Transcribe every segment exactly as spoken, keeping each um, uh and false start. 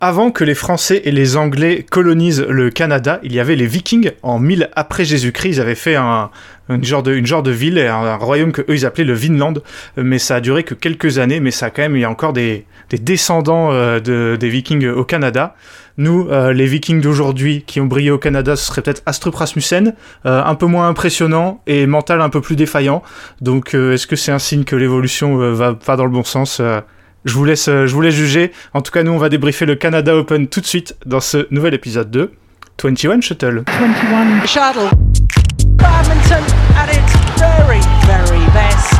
Avant que les Français et les Anglais colonisent le Canada, il y avait les Vikings. En mille après Jésus-Christ, ils avaient fait un, une, genre de, une genre de ville, un, un royaume que eux ils appelaient le Vinland. Mais ça a duré que quelques années, mais ça a quand même, il y a encore des, des descendants euh, de, des Vikings au Canada. Nous, euh, les Vikings d'aujourd'hui qui ont brillé au Canada, ce serait peut-être Astrup Rasmussen, euh, un peu moins impressionnant et mental un peu plus défaillant. Donc, euh, est-ce que c'est un signe que l'évolution euh, va pas dans le bon sens euh, Je vous laisse, je vous laisse juger. En tout cas, nous, on va débriefer le Canada Open tout de suite dans ce nouvel épisode de vingt et un Shuttle. vingt et un Shuttle. Badminton at its very, very best.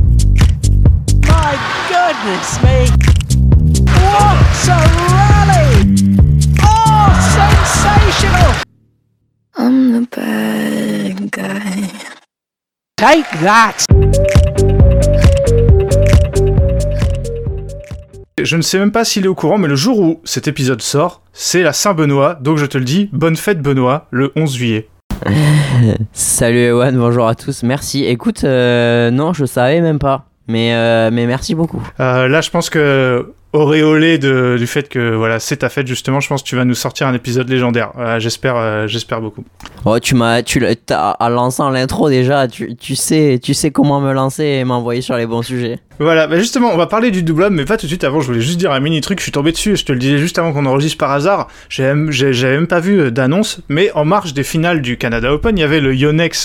My goodness me. What a rally! Oh, sensational! I'm the bad guy. Take that! Je ne sais même pas s'il est au courant, mais le jour où cet épisode sort, c'est la Saint-Benoît, donc je te le dis, bonne fête Benoît, le onze juillet. Salut Ewan, bonjour à tous, merci. Écoute, euh, non, je savais même pas, mais, euh, mais merci beaucoup. Euh, là, je pense que, auréolé de, du fait que voilà, c'est ta fête, justement, je pense que tu vas nous sortir un épisode légendaire. Euh, j'espère, euh, j'espère beaucoup. Oh, tu m'as, tu l'as, en lançant l'intro déjà, tu, tu, sais, tu sais comment me lancer et m'envoyer sur les bons sujets. Voilà, bah justement, on va parler du double homme, mais pas tout de suite. Avant, je voulais juste dire un mini truc. Je suis tombé dessus, je te le disais juste avant qu'on enregistre par hasard. J'avais, j'avais même pas vu d'annonce, mais en marge des finales du Canada Open, il y avait le Yonex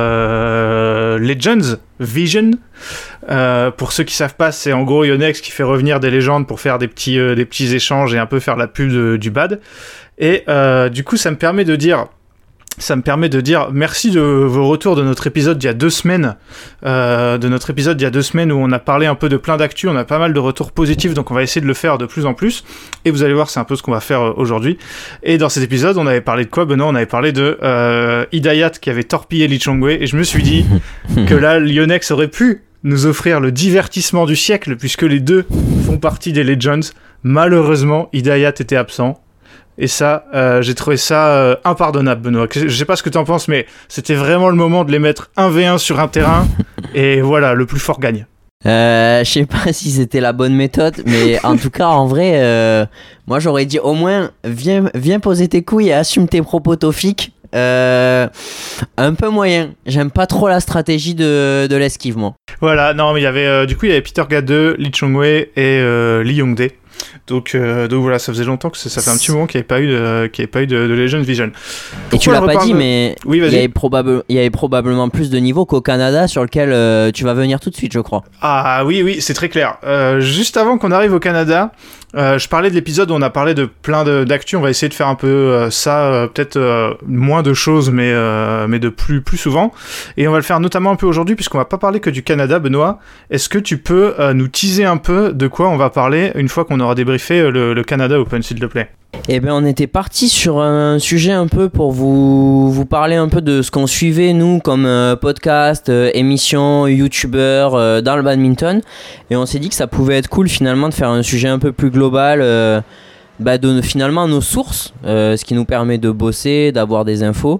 euh, Legends Vision. Euh, pour ceux qui savent pas, c'est en gros Yonex qui fait revenir des légendes pour faire des petits, euh, des petits échanges et un peu faire la pub de, du bad. Et euh, du coup, ça me permet de dire. Ça me permet de dire merci de vos retours de notre épisode d'il y a deux semaines, euh, de notre épisode d'il y a deux semaines où on a parlé un peu de plein d'actu, on a pas mal de retours positifs, donc on va essayer de le faire de plus en plus. Et vous allez voir, c'est un peu ce qu'on va faire euh, aujourd'hui. Et dans cet épisode, on avait parlé de quoi, Benoît ? On avait parlé de euh, Hidayat qui avait torpillé Lee Chong-wei, et je me suis dit que là, Yonex aurait pu nous offrir le divertissement du siècle, puisque les deux font partie des Legends. Malheureusement, Hidayat était absent. Et ça, euh, j'ai trouvé ça euh, impardonnable, Benoît. Je sais pas ce que t'en penses, mais c'était vraiment le moment de les mettre un contre un sur un terrain. Et voilà, le plus fort gagne. Euh, je sais pas si c'était la bonne méthode, mais en tout cas, en vrai, euh, moi j'aurais dit au moins, viens, viens poser tes couilles et assume tes propos tofiques. Euh, un peu moyen. J'aime pas trop la stratégie de, de l'esquive, moi. Voilà, non, mais il y avait, euh, du coup, il y avait Peter Gade, Lee Chong-wei et euh, Lee Yongdae. Donc, euh, donc voilà, ça faisait longtemps que ça, ça fait un petit moment qu'il n'y avait pas eu de, qu'il n'y avait pas eu de, de Legend Vision. Pourquoi et tu l'as pas dit, de... mais oui, il, y avait probable, il y avait probablement plus de niveaux qu'au Canada sur lequel euh, tu vas venir tout de suite, je crois. Ah oui, oui, c'est très clair. Euh, juste avant qu'on arrive au Canada, euh, je parlais de l'épisode où on a parlé de plein de, d'actu. On va essayer de faire un peu euh, ça, euh, peut-être euh, moins de choses, mais, euh, mais de plus, plus souvent. Et on va le faire notamment un peu aujourd'hui, puisqu'on va pas parler que du Canada, Benoît. Est-ce que tu peux euh, nous teaser un peu de quoi on va parler une fois qu'on aura débriefé le, le Canada Open, s'il te plaît? Eh bien, on était parti sur un sujet un peu pour vous, vous parler un peu de ce qu'on suivait, nous, comme euh, podcast, euh, émission, youtubeur euh, dans le badminton. Et on s'est dit que ça pouvait être cool, finalement, de faire un sujet un peu plus global, euh, bah, de finalement nos sources, euh, ce qui nous permet de bosser, d'avoir des infos.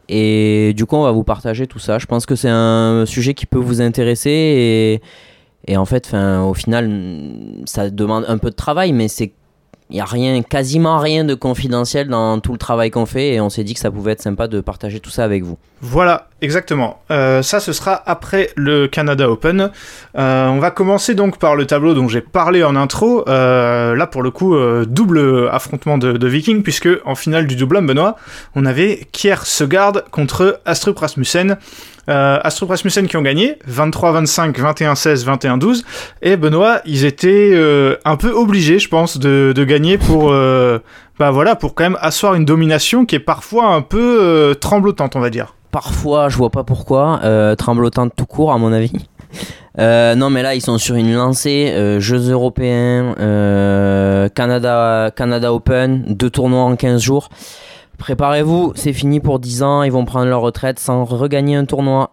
Et du coup, on va vous partager tout ça. Je pense que c'est un sujet qui peut vous intéresser. Et, et en fait, au final, ça demande un peu de travail, mais c'est il n'y a rien, quasiment rien de confidentiel dans tout le travail qu'on fait et on s'est dit que ça pouvait être sympa de partager tout ça avec vous. Voilà, exactement. Euh, ça, ce sera après le Canada Open. Euh, on va commencer donc par le tableau dont j'ai parlé en intro. Euh, là, pour le coup, euh, double affrontement de, de Vikings, puisque en finale du double homme, Benoît, on avait Kjær Søgaard contre Astrup Rasmussen. Euh, Astrup Rasmussen qui ont gagné vingt-trois vingt-cinq, vingt et un seize, vingt et un douze, et Benoît, ils étaient euh, un peu obligés, je pense, de, de gagner pour euh, bah voilà, pour quand même asseoir une domination qui est parfois un peu euh, tremblotante, on va dire. Parfois, je vois pas pourquoi, euh, tremblotante tout court à mon avis. Euh, non mais là ils sont sur une lancée, euh, Jeux européens, euh, Canada, Canada Open, deux tournois en quinze jours. Préparez-vous, c'est fini pour dix ans, ils vont prendre leur retraite sans regagner un tournoi.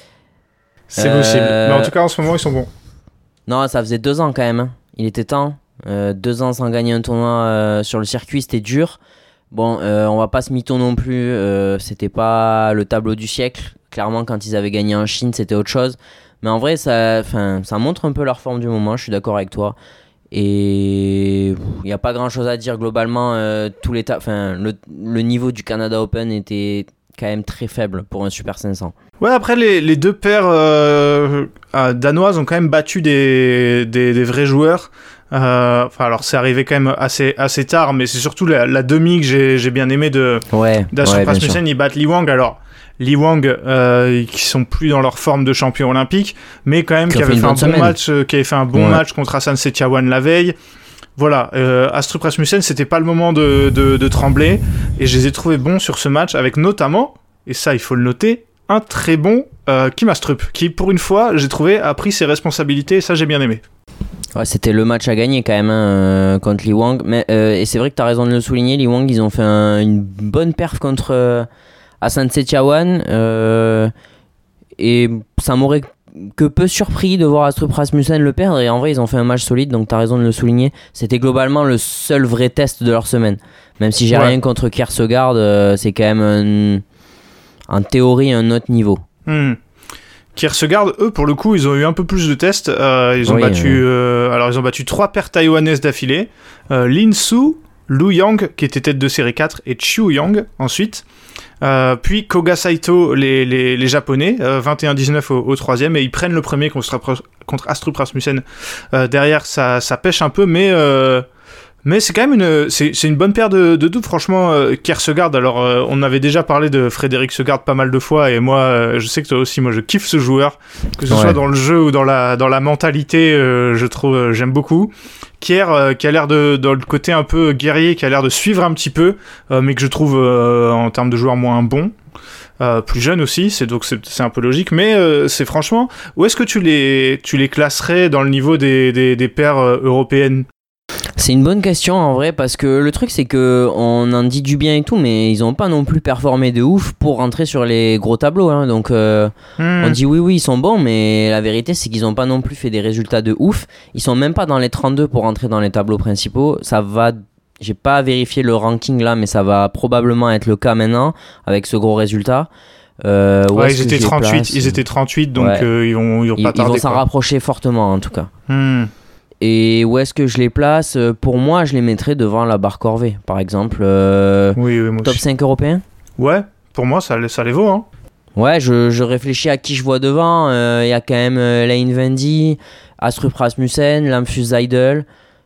C'est euh... possible, mais en tout cas en ce moment ils sont bons. Non, ça faisait deux ans quand même, il était temps. Euh, deux ans sans gagner un tournoi euh, sur le circuit, c'était dur. Bon, euh, on va pas se mytho non plus, euh, c'était pas le tableau du siècle. Clairement, quand ils avaient gagné en Chine, c'était autre chose. Mais en vrai, ça, ça montre un peu leur forme du moment, je suis d'accord avec toi. Et il n'y a pas grand chose à dire globalement. Euh, tous les ta- enfin, le, le niveau du Canada Open était quand même très faible pour un Super cinq cents. Ouais, après les, les deux paires euh, euh, danoises ont quand même battu des, des, des vrais joueurs. Euh, enfin, alors c'est arrivé quand même assez, assez tard, mais c'est surtout la, la demi que j'ai, j'ai bien aimé de ouais, d'Astrup ouais, Rasmussen. Ils battent Li Wang. Alors Li Wang, euh, qui sont plus dans leur forme de champion olympique, mais quand même qui, qui avait fait un bon match, euh, qui avait fait un bon ouais. match contre Hassan Setiawan la veille. Voilà, euh, Astrup Rasmussen, c'était pas le moment de, de, de trembler, et je les ai trouvés bons sur ce match, avec notamment, et ça il faut le noter, un très bon euh, Kim Astrup, qui pour une fois, j'ai trouvé, a pris ses responsabilités, et ça j'ai bien aimé. Ouais, c'était le match à gagner quand même hein, euh, contre Li Wang, mais, euh, et c'est vrai que t'as raison de le souligner, Li Wang, ils ont fait un, une bonne perf contre euh, Hassan Setiawan, euh, et ça m'aurait que peu surpris de voir Astrup Rasmussen le perdre, et en vrai ils ont fait un match solide, donc t'as raison de le souligner. C'était globalement le seul vrai test de leur semaine, même si j'ai ouais. rien contre Kierkegaard, euh, c'est quand même un, en théorie un autre niveau. hmm. Kierkegaard, eux pour le coup ils ont eu un peu plus de tests, euh, ils ont oui, battu euh... Euh, alors ils ont battu trois paires taïwanaises d'affilée, euh, Lin Su, Lu Yang qui était tête de série quatre et Chiu Yang ensuite. Euh, puis Koga Saito, les, les, les japonais, euh, vingt et un dix-neuf au, au troisième, et ils prennent le premier contre, contre Astrup Rasmussen. Euh, derrière, ça, ça pêche un peu, mais, euh, mais c'est quand même une, c'est, c'est une bonne paire de, de doubles. Franchement, euh, Kierkegaard, alors euh, on avait déjà parlé de Frédéric Segard pas mal de fois, et moi, euh, je sais que toi aussi, moi je kiffe ce joueur, que ce ouais. soit dans le jeu ou dans la, dans la mentalité, euh, je trouve, euh, j'aime beaucoup. Kier, euh, qui a l'air de, dans le côté un peu guerrier, qui a l'air de suivre un petit peu, euh, mais que je trouve euh, en termes de joueur moins bon, euh, plus jeune aussi, c'est donc c'est, c'est un peu logique, mais euh, c'est franchement, où est-ce que tu les, tu les classerais dans le niveau des, des, des paires euh, européennes ? C'est une bonne question en vrai, parce que le truc c'est que on en dit du bien et tout, mais ils ont pas non plus performé de ouf pour rentrer sur les gros tableaux hein. Donc euh, mmh. on dit oui oui ils sont bons, mais la vérité c'est qu'ils ont pas non plus fait des résultats de ouf. Ils sont même pas dans les trente-deux pour rentrer dans les tableaux principaux. Ça va, j'ai pas vérifié le ranking là, mais ça va probablement être le cas maintenant avec ce gros résultat. Euh, ouais, ils étaient trente-huit, ils étaient trente-huit, donc ouais. euh, ils vont ils vont pas ils, tarder. Ils vont s'en quoi. rapprocher fortement en tout cas. Mmh. Et où est-ce que je les place ? Pour moi, je les mettrais devant la barre Corvée, par exemple. Euh, oui, oui, moi top aussi. cinq européens ? Ouais, pour moi, ça, ça les vaut. Hein. Ouais, je, je réfléchis à qui je vois devant. Il euh, y a quand même euh, Lane Vendy, Astrup Rasmussen, Lamphus Seidel.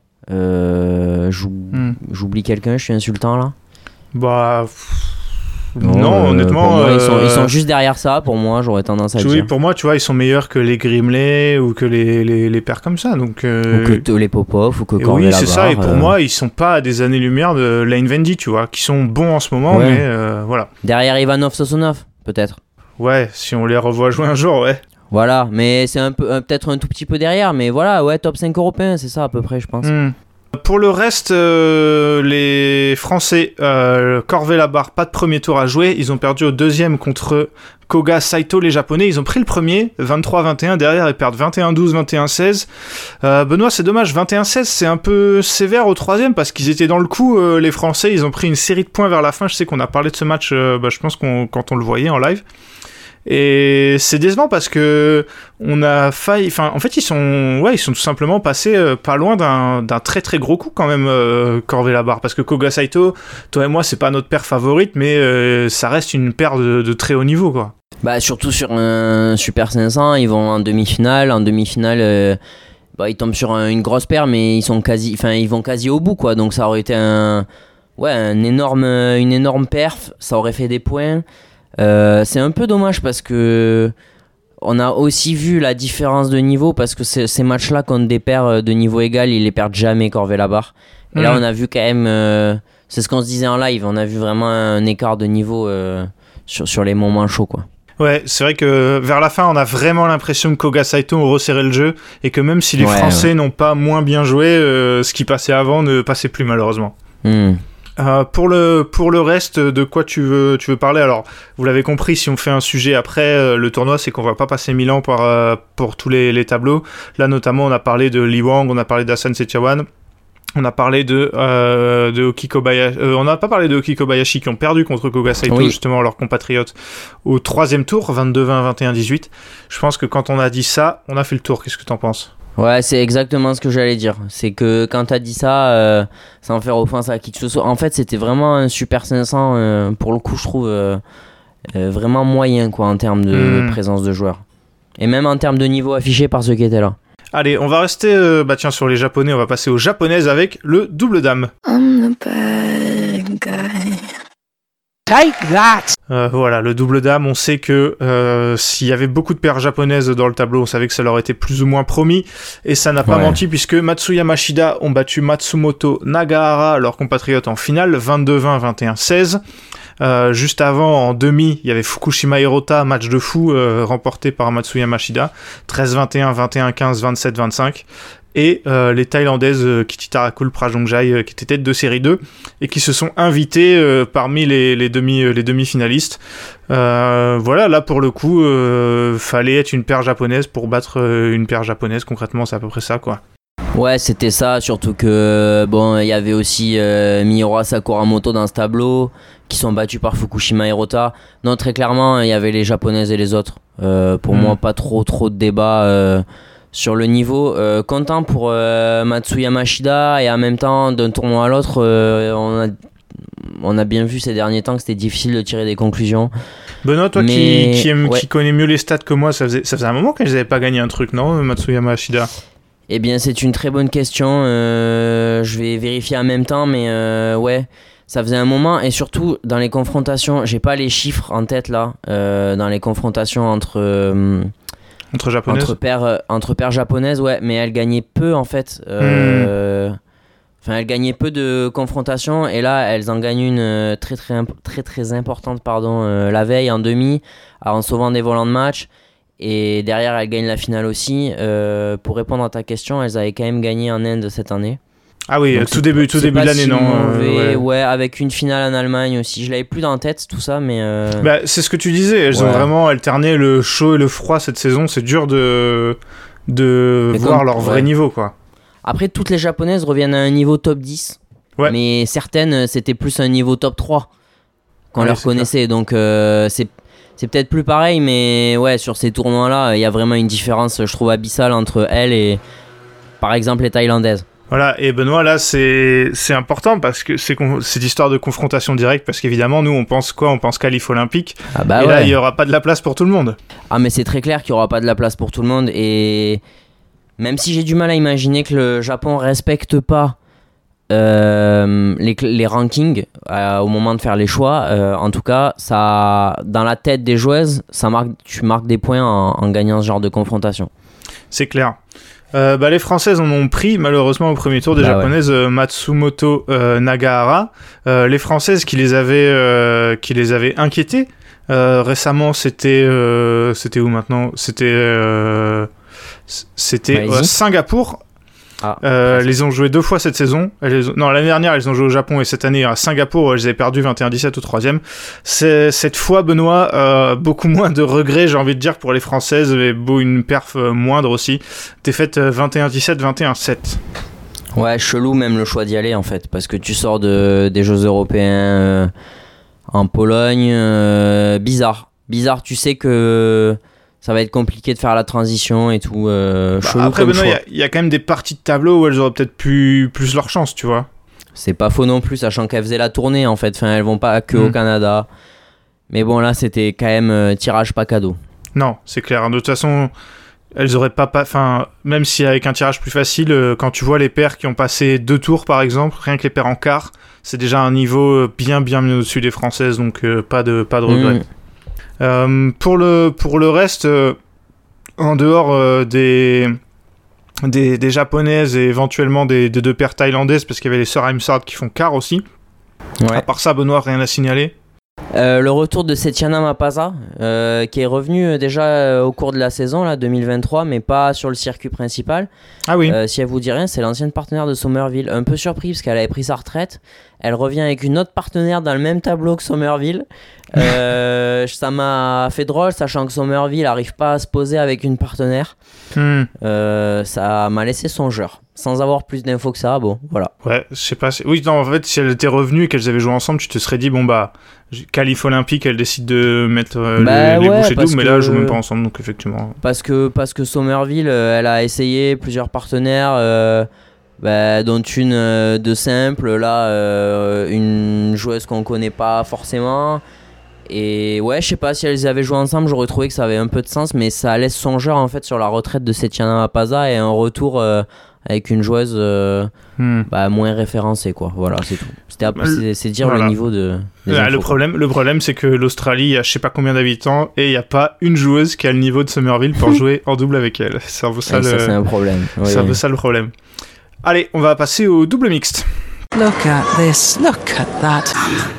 Euh, hmm. J'oublie quelqu'un, je suis insultant là. Bah... Pff... Non, non euh, honnêtement... Moi, euh... ils, sont, ils sont juste derrière ça, pour moi, j'aurais tendance à oui, dire. Oui, pour moi, tu vois, ils sont meilleurs que les Grimley ou que les, les, les paires comme ça. Donc, euh... Ou que les Popov, ou que Corvée. Oui, c'est ça, et pour euh... moi, ils sont pas à des années-lumière de Lane Vendy, tu vois, qui sont bons en ce moment, ouais. mais euh, voilà. Derrière Ivanov Sosonov, peut-être. Ouais, si on les revoit jouer un jour, ouais. Voilà, mais c'est un peu, euh, peut-être un tout petit peu derrière, mais voilà, ouais, top cinq européens, c'est ça à peu près, je pense. Mm. Pour le reste, euh, les Français, euh, Corvée-Labarre, pas de premier tour à jouer. Ils ont perdu au deuxième contre Koga Saito, les Japonais. Ils ont pris le premier, vingt-trois vingt et un. Derrière, ils perdent vingt et un douze, vingt et un seize. Euh, Benoît, c'est dommage, vingt et un seize, c'est un peu sévère au troisième parce qu'ils étaient dans le coup, euh, les Français. Ils ont pris une série de points vers la fin. Je sais qu'on a parlé de ce match, euh, bah, je pense qu'on, quand on le voyait en live. Et c'est décevant parce que on a failli, enfin en fait ils sont, ouais ils sont tout simplement passés euh, pas loin d'un, d'un très très gros coup quand même euh, Corvée-Labarre, parce que Koga Saito, toi et moi c'est pas notre paire favorite, mais euh, ça reste une paire de, de très haut niveau quoi. Bah surtout sur un Super cinq cents, ils vont en demi-finale, en demi-finale euh, bah ils tombent sur un, une grosse paire, mais ils sont quasi, enfin ils vont quasi au bout quoi, donc ça aurait été un, ouais un énorme, une énorme perf, ça aurait fait des points. Euh, c'est un peu dommage parce que on a aussi vu la différence de niveau, parce que ces, ces matchs-là contre des paires de niveau égal, ils les perdent jamais Corvée-Labarre. Et mmh. là, on a vu quand même, euh, c'est ce qu'on se disait en live, on a vu vraiment un écart de niveau euh, sur, sur les moments chauds, quoi. Ouais, c'est vrai que vers la fin, on a vraiment l'impression que Koga Saito ont resserré le jeu, et que même si les ouais, Français ouais. n'ont pas moins bien joué, euh, ce qui passait avant ne passait plus malheureusement. Mmh. Euh, pour le pour le reste, de quoi tu veux tu veux parler? Alors, vous l'avez compris, si on fait un sujet après euh, le tournoi, c'est qu'on va pas passer mille ans pour euh, pour tous les les tableaux. Là, notamment, on a parlé de Li Wang, on a parlé d'Hassan Setiawan, on a parlé de euh, de Oki Kobayashi. Euh, on n'a pas parlé de Oki Kobayashi qui ont perdu contre Koga Saito, oui. justement leurs compatriotes au troisième tour, vingt-deux vingt, vingt et un dix-huit. Je pense que quand on a dit ça, on a fait le tour. Qu'est-ce que t'en penses? Ouais, c'est exactement ce que j'allais dire. C'est que quand t'as dit ça, euh, sans faire offense à qui que ce soit, en fait, c'était vraiment un Super cinq cents, euh, pour le coup, je trouve, euh, euh, vraiment moyen, quoi, en termes de Mmh. présence de joueurs. Et même en termes de niveau affiché par ceux qui étaient là. Allez, on va rester euh, bah tiens, sur les japonais, on va passer aux japonaises avec le double dame. I'm the bad guy. Take that! Euh, voilà, le double dame, on sait que euh, s'il y avait beaucoup de paires japonaises dans le tableau, on savait que ça leur était plus ou moins promis, et ça n'a pas Ouais. menti puisque Matsuyama Shida ont battu Matsumoto Nagahara, leurs compatriotes, en finale, vingt-deux vingt, vingt et un seize. Euh, juste avant, en demi, il y avait Fukushima Hirota, match de fou euh, remporté par Matsuyama Shida, treize vingt et un, vingt et un quinze, vingt-sept vingt-cinq. Et euh, les Thaïlandaises euh, Kititarakul Prajongjai, euh, qui étaient tête de série deux, et qui se sont invitées euh, parmi les, les, demi, euh, les demi-finalistes. Euh, voilà, là pour le coup, euh, fallait être une paire japonaise pour battre euh, une paire japonaise, concrètement, c'est à peu près ça, quoi. Ouais, c'était ça, surtout que bon, il y avait aussi euh, Miura Sakuramoto dans ce tableau, qui sont battus par Fukushima Hirota. Non, très clairement, il y avait les japonaises et les autres. Euh, pour Mm. moi, pas trop trop de débat euh, sur le niveau. Euh, content pour euh, Matsuyama Shida, et en même temps, d'un tournoi à l'autre, euh, on a on a bien vu ces derniers temps que c'était difficile de tirer des conclusions. Benoît, toi Mais- qui, qui, aime, ouais. qui connais mieux les stats que moi, ça faisait, ça faisait un moment qu'ils n'avaient pas gagné un truc, non, Matsuyama Shida? Eh bien, c'est une très bonne question. Euh, je vais vérifier en même temps, mais euh, ouais, ça faisait un moment. Et surtout, dans les confrontations, j'ai pas les chiffres en tête là, euh, dans les confrontations entre, euh, Entre japonaises. entre, paires, euh, entre paires japonaises, ouais, mais elle gagnait peu en fait. Euh, Enfin, elle gagnait peu de confrontations, et là, elles en gagnent une euh, très, très, imp- très, très importante pardon, euh, la veille en demi, en sauvant des volants de match. Et derrière, elles gagnent la finale aussi. Euh, pour répondre à ta question, elles avaient quand même gagné en Inde cette année. Ah oui, Donc tout c'est début, pas- tout c'est début pas de l'année, si non euh, mauvais, ouais. ouais, avec une finale en Allemagne aussi. Je l'avais plus dans la tête, tout ça, mais. euh, Bah, c'est ce que tu disais, elles ont Ouais. vraiment alterné le chaud et le froid cette saison, c'est dur de, de Mais voir comme- leur vrai ouais. niveau, quoi. Après, toutes les japonaises reviennent à un niveau top dix. Ouais. Mais certaines, c'était plus un niveau top trois qu'on Ouais, leur c'est connaissait. Donc, euh, c'est. C'est peut-être plus pareil, mais ouais, sur ces tournois-là, il y a vraiment une différence, je trouve, abyssale entre elles et, par exemple, les Thaïlandaises. Voilà, et Benoît, là, c'est c'est important parce que c'est con- cette histoire de confrontation directe, parce qu'évidemment, nous, on pense quoi? On pense qualif olympique, Ah bah et là, ouais. il n'y aura pas de la place pour tout le monde. Ah, mais c'est très clair qu'il n'y aura pas de la place pour tout le monde. Et même si j'ai du mal à imaginer que le Japon respecte pas euh, les, cl- les rankings euh, au moment de faire les choix, euh, en tout cas, ça, dans la tête des joueuses, ça marque, tu marques des points en, en gagnant ce genre de confrontation. C'est clair. Euh, bah, les Françaises en ont pris, malheureusement, au premier tour des Bah ouais. Japonaises euh, Matsumoto euh, Nagahara. Euh, les Françaises qui les avaient, euh, qui les avaient inquiétées. Euh, récemment, c'était... euh, c'était où maintenant? C'était... euh, c'était Malaisie. euh, Singapour. Ah, Euh, elles les ont joué deux fois cette saison. Elles les ont- Non, l'année dernière, elles ont joué au Japon, et cette année à Singapour, elles avaient perdu vingt et un dix-sept au troisième. C'est, cette fois, Benoît, euh, beaucoup moins de regrets, j'ai envie de dire, pour les Françaises, mais beau, une perf euh, moindre aussi. Défaite euh, vingt et un dix-sept, vingt et un sept. ouais, chelou même le choix d'y aller en fait, parce que tu sors de, des Jeux Européens euh, en Pologne, euh, bizarre. Bizarre, tu sais que ça va être compliqué de faire la transition et tout. Euh, Bah, chelou après, comme Benoît, il y choix. a- il y, a quand même des parties de tableau où elles auraient peut-être pu plus leur chance, tu vois. C'est pas faux non plus, sachant qu'elles faisaient la tournée en fait. Enfin, elles vont pas que Mm. au Canada. Mais bon, là, c'était quand même euh, tirage pas cadeau. Non, c'est clair. De toute façon, elles auraient pas... Enfin, même si avec un tirage plus facile, euh, quand tu vois les paires qui ont passé deux tours, par exemple, rien que les paires en quart, c'est déjà un niveau euh, bien, bien mieux au-dessus des Françaises, donc euh, pas de, pas de regret. Mm. Euh, pour, le, pour le reste, euh, en dehors euh, des, des, des japonaises et éventuellement des, des deux paires thaïlandaises, parce qu'il y avait les sœurs Heimsard qui font quart aussi. Ouais. À part ça, Benoît, rien à signaler. Euh, le retour de Setiana Mapaza, euh, qui est revenu euh, déjà euh, au cours de la saison là, deux mille vingt-trois, mais pas sur le circuit principal. Ah oui. Euh, si elle vous dit rien, c'est l'ancienne partenaire de Somerville. Un peu surpris parce qu'elle avait pris sa retraite. Elle revient avec une autre partenaire dans le même tableau que Somerville. Euh, ça m'a fait drôle, sachant que Somerville n'arrive pas à se poser avec une partenaire. Hmm. Euh, ça m'a laissé songeur. sans avoir plus d'infos que ça, bon, voilà. Ouais, je sais pas. C'est... Oui, non, en fait, si elles étaient revenues et qu'elles avaient joué ensemble, tu te serais dit, bon, bah, qualif olympique, elles décident de mettre euh, bah, les, les ouais, bouches et tout, mais que... là, elles jouent même pas ensemble, donc effectivement. Parce que, parce que Somerville, euh, elle a essayé plusieurs partenaires, euh, bah, dont une euh, de simple, là, euh, une joueuse qu'on connaît pas forcément. Et ouais, je sais pas si elles avaient joué ensemble, j'aurais trouvé que ça avait un peu de sens, mais ça laisse songeur en fait sur la retraite de Setiana Mapaza et un retour euh, avec une joueuse euh, hmm. bah, moins référencée, quoi. Voilà, c'est tout. C'était, c'est, c'est dire voilà. Le niveau de. Des infos, le problème, le problème, c'est que l'Australie, il y a je sais pas combien d'habitants et il y a pas une joueuse qui a le niveau de Somerville pour jouer en double avec elle. C'est un peu ça, le... ça c'est un problème. Oui, c'est un oui. peu ça le problème. Allez, on va passer au double mixte. Look at this, look at that.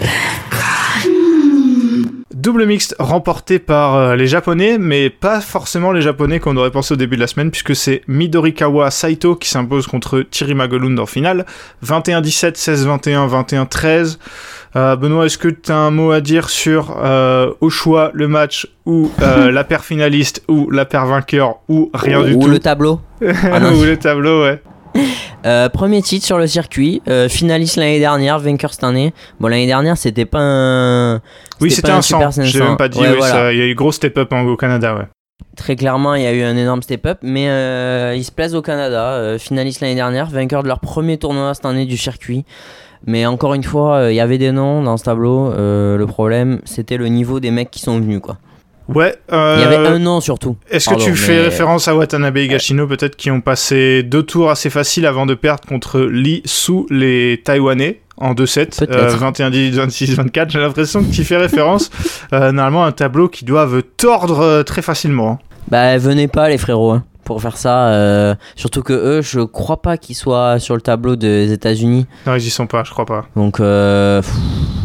Double mixte remporté par euh, les Japonais, mais pas forcément les Japonais qu'on aurait pensé au début de la semaine, puisque c'est Midorikawa Saito qui s'impose contre Thierry Magollund en finale. vingt et un dix-sept, seize vingt et un, vingt et un treize. Euh, Benoît, est-ce que tu as un mot à dire sur, euh, au choix, le match, ou euh, la paire finaliste, ou la paire vainqueur, ou rien ou, du ou tout le tableau. Ah ou le tableau, ouais. Euh, premier titre sur le circuit, euh, finaliste l'année dernière, vainqueur cette année. Bon, l'année dernière, c'était pas un. C'était oui, c'était pas un, un cent. J'ai même pas dit. Ouais, oui, voilà. ça, il y a eu gros step-up hein, au Canada, ouais. Très clairement, il y a eu un énorme step-up, mais euh, ils se plaisent au Canada. Euh, finaliste l'année dernière, vainqueur de leur premier tournoi cette année du circuit. Mais encore une fois, il euh, y avait des noms dans ce tableau. Euh, le problème, c'était le niveau des mecs qui sont venus, quoi. Ouais. Euh... Il y avait un nom surtout. Est-ce Pardon, que tu fais mais... référence à Watanabe et Higashino, peut-être, qui ont passé deux tours assez faciles avant de perdre contre Lee Su, les Taïwanais, en deux sept, euh, vingt et un dix, vingt-six, vingt-quatre. J'ai l'impression que tu fais référence euh, normalement à un tableau qui doivent tordre euh, très facilement. Hein. Bah, venez pas, les frérots, hein, pour faire ça. Euh, surtout que eux, je crois pas qu'ils soient sur le tableau des États-Unis. Non, ils y sont pas, je crois pas. Donc, euh, pff,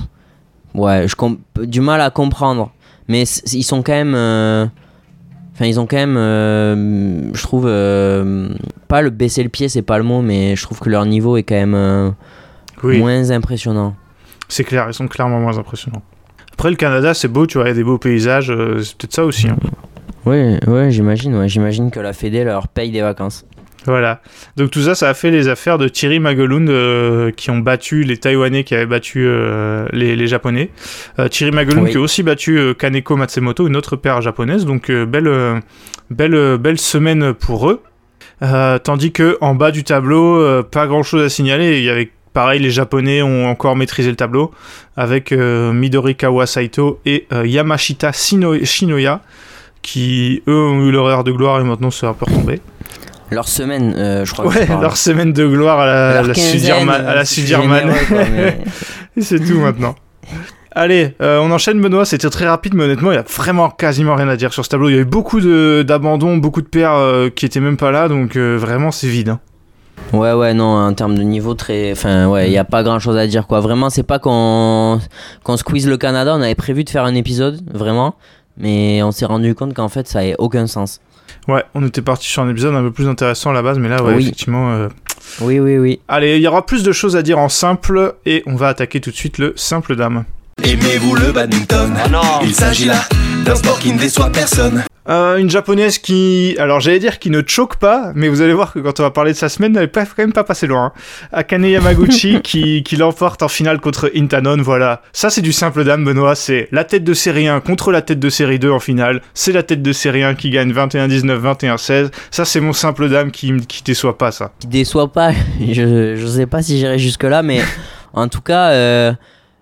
ouais, je comp- du mal à comprendre. Mais ils sont quand même. Euh, enfin, ils ont quand même. Euh, je trouve. Euh, pas le baisser le pied, c'est pas le mot, mais je trouve que leur niveau est quand même euh, oui. moins impressionnant. C'est clair, ils sont clairement moins impressionnants. Après, le Canada, c'est beau, tu vois, il y a des beaux paysages, euh, c'est peut-être ça aussi. Hein. Oui, ouais, j'imagine, ouais, j'imagine que la Fédé leur paye des vacances. Voilà. Donc tout ça, ça a fait les affaires de Thierry Magollund euh, qui ont battu les Taïwanais qui avaient battu euh, les, les Japonais. Euh, Thierry Magollund oui. qui a aussi battu euh, Kaneko Matsumoto, une autre paire japonaise. Donc euh, belle, euh, belle, euh, belle semaine pour eux. Euh, tandis que en bas du tableau, euh, pas grand-chose à signaler. Il y avait pareil, les Japonais ont encore maîtrisé le tableau avec euh, Midorikawa Saito et euh, Yamashita Shino- Shinoya qui eux ont eu leur heure de gloire et maintenant c'est un peu retombé. Leur semaine, euh, je crois. Ouais, que leur semaine de gloire à la, à la Sudirman. À la Sudirman. Mais... Et c'est tout maintenant. Allez, euh, on enchaîne Benoît, c'était très rapide, mais honnêtement, il y a vraiment quasiment rien à dire sur ce tableau. Il y a eu beaucoup de, d'abandons, beaucoup de paires euh, qui étaient même pas là, donc euh, vraiment c'est vide. Hein. Ouais, ouais, non, en termes de niveau, très. Enfin, ouais, il n'y a pas grand chose à dire, quoi. Vraiment, c'est pas qu'on... qu'on squeeze le Canada, on avait prévu de faire un épisode, vraiment, mais on s'est rendu compte qu'en fait, ça n'avait aucun sens. Ouais, on était parti sur un épisode un peu plus intéressant à la base, mais là, ouais, oui. effectivement... Euh... Oui, oui, oui. Allez, il y aura plus de choses à dire en simple, et on va attaquer tout de suite le simple dame. Aimez-vous le badminton ? Ah non. Il s'agit là d'un sport qui ne déçoit personne. Euh, une japonaise qui... Alors j'allais dire qui ne choque pas, mais vous allez voir que quand on va parler de sa semaine, elle n'est pas, quand même pas passée loin. Hein. Akane Yamaguchi qui, qui l'emporte en finale contre Intanon, voilà. Ça c'est du simple dame, Benoît, c'est la tête de série un contre la tête de série deux en finale. C'est la tête de série un qui gagne vingt et un dix-neuf, vingt et un seize. Ça c'est mon simple dame qui, qui déçoit pas, ça. Qui déçoit pas, je, je sais pas si j'irai jusque là, mais en tout cas, euh,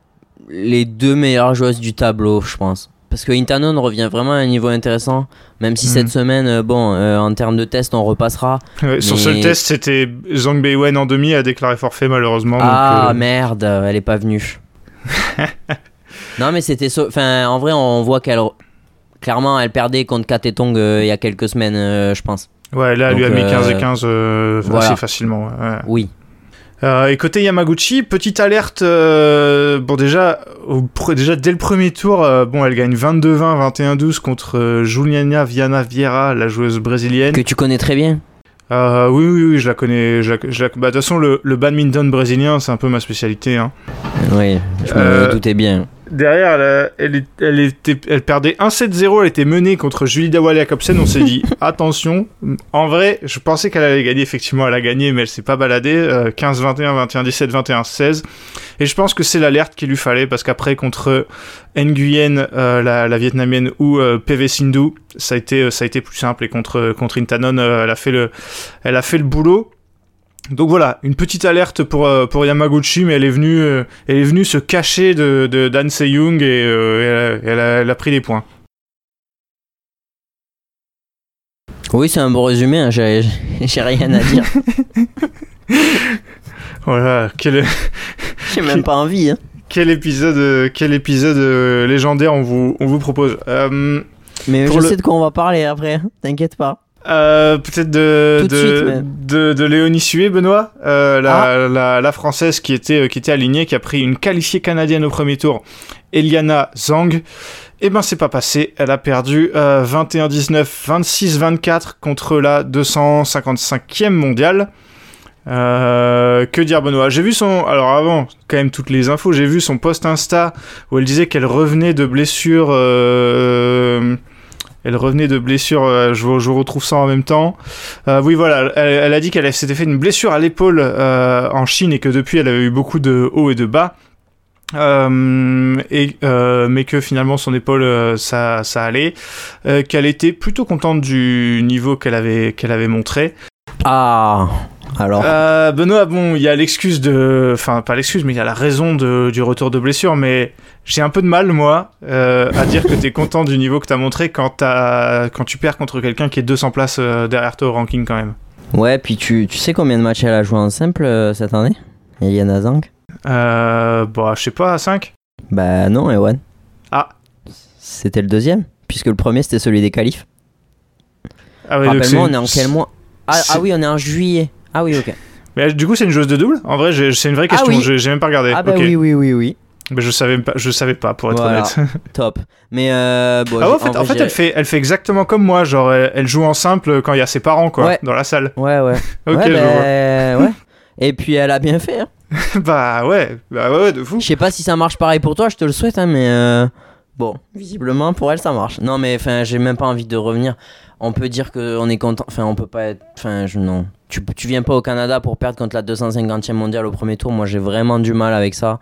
les deux meilleures joueuses du tableau, je pense. Parce que Intanon revient vraiment à un niveau intéressant, même si mmh. cette semaine, euh, bon, euh, en termes de test, on repassera. Ouais, mais... Son seul test, c'était Zhang Beiwen en demi, a déclaré forfait malheureusement. Ah donc, euh... merde, elle est pas venue. Non mais c'était, so... enfin, en vrai, on voit qu'elle, clairement, elle perdait contre Katetong euh, il y a quelques semaines, euh, je pense. Ouais, là, elle donc, lui a mis euh... quinze et quinze euh, voilà. assez facilement. Ouais. Oui. Euh, et côté Yamaguchi, petite alerte, euh, bon déjà, au, déjà dès le premier tour, euh, bon elle gagne vingt-deux vingt, vingt et un douze contre euh, Juliana Viana Vieira, la joueuse brésilienne. Que tu connais très bien. Euh, oui, oui, oui, je la connais. Je la, je la, bah, de toute façon, le, le badminton brésilien, c'est un peu ma spécialité. Hein. Oui, je me euh, doutais bien. derrière, elle, a- elle, est- elle, était, elle perdait un sept zéro, elle était menée contre Julie Dawale Jacobsen. On s'est dit, attention. En vrai, je pensais qu'elle allait gagner. Effectivement, elle a gagné, mais elle s'est pas baladée. Euh, quinze vingt et un, vingt et un dix-sept, vingt et un seize. Et je pense que c'est l'alerte qu'il lui fallait, parce qu'après, contre Nguyen, euh, la, la vietnamienne, ou euh, P V Sindhu, ça a été, ça a été plus simple. Et contre, contre Intanon, euh, elle, a fait le, elle a fait le boulot. Donc voilà, une petite alerte pour, euh, pour Yamaguchi, mais elle est venue, euh, elle est venue se cacher de, de Dan Se-young et euh, elle, a, elle, a, elle a pris des points. Oui, c'est un bon résumé, hein, j'ai, j'ai rien à dire. Voilà, quel, J'ai même pas envie. Hein. quel épisode, euh, quel épisode euh, légendaire on vous, on vous propose. Euh, Mais Pour je le- sais de quoi on va parler après, hein, t'inquiète pas. euh, peut-être de, Tout de de, suite, même. de, de Léonie Sué, Benoît, euh, la, Ah. la, la française qui était, qui était alignée, qui a pris une qualifiée canadienne au premier tour, Eliana Zhang. Eh ben c'est pas passé, elle a perdu euh, vingt et un dix-neuf, vingt-six vingt-quatre contre la deux cent cinquante-cinquième mondiale. Euh, que dire Benoît? J'ai vu son... Alors avant, quand même toutes les infos, j'ai vu son post Insta où elle disait qu'elle revenait de blessure... Euh... Elle revenait de blessure, euh, je, vous- je vous retrouve ça en même temps. Euh, oui voilà, elle, elle a dit qu'elle s'était fait une blessure à l'épaule euh, en Chine et que depuis elle avait eu beaucoup de hauts et de bas. Euh, et, euh, mais que finalement son épaule euh, ça, ça allait, euh, qu'elle était plutôt contente du niveau qu'elle avait, qu'elle avait montré. Ah, alors. Euh, Benoît, bon, il y a l'excuse de... Enfin, pas l'excuse, mais il y a la raison de, du retour de blessure, mais j'ai un peu de mal, moi, euh, à dire que t'es content du niveau que t'as montré quand, t'as... quand tu perds contre quelqu'un qui est deux cents places euh, derrière toi au ranking, quand même. Ouais, puis tu, tu sais combien de matchs elle a joué en simple euh, cette année Eliana Zhang? Euh... Bah, je sais pas, cinq. Bah non, Ewan. Ah. C'était le deuxième, puisque le premier c'était celui des qualifs. Ah oui, donc Rappelle-moi, c'est- on est en quel mois ah, c'est- ah oui, on est en juillet. Ah oui, ok. Mais euh, du coup, c'est une joueuse de double? En vrai, j'ai- c'est une vraie Ah question, oui. j'ai, j'ai même pas regardé. Ah bah Ok. oui, oui, oui, oui. Mais je savais pas, je savais pas, pour être Voilà. honnête. Top. Mais euh, bon, Ah ouais, en j'ai- fait, vrai, en fait j'ai- elle, fait, elle fait exactement comme moi, genre, elle, elle joue en simple quand il y a ses parents, quoi, Ouais. dans la salle. Ouais, ouais. Ok, ouais, je vois. bah, ouais. Et puis elle a bien fait. Hein. Bah ouais, bah ouais, de fou. Je sais pas si ça marche pareil pour toi, je te le souhaite, hein, mais euh, bon, visiblement pour elle ça marche. Non, mais enfin, j'ai même pas envie de revenir. On peut dire qu'on est content. Enfin, on peut pas être. Enfin, je, non. Tu, tu viens pas au Canada pour perdre contre la deux cent cinquantième mondiale au premier tour. Moi, j'ai vraiment du mal avec ça.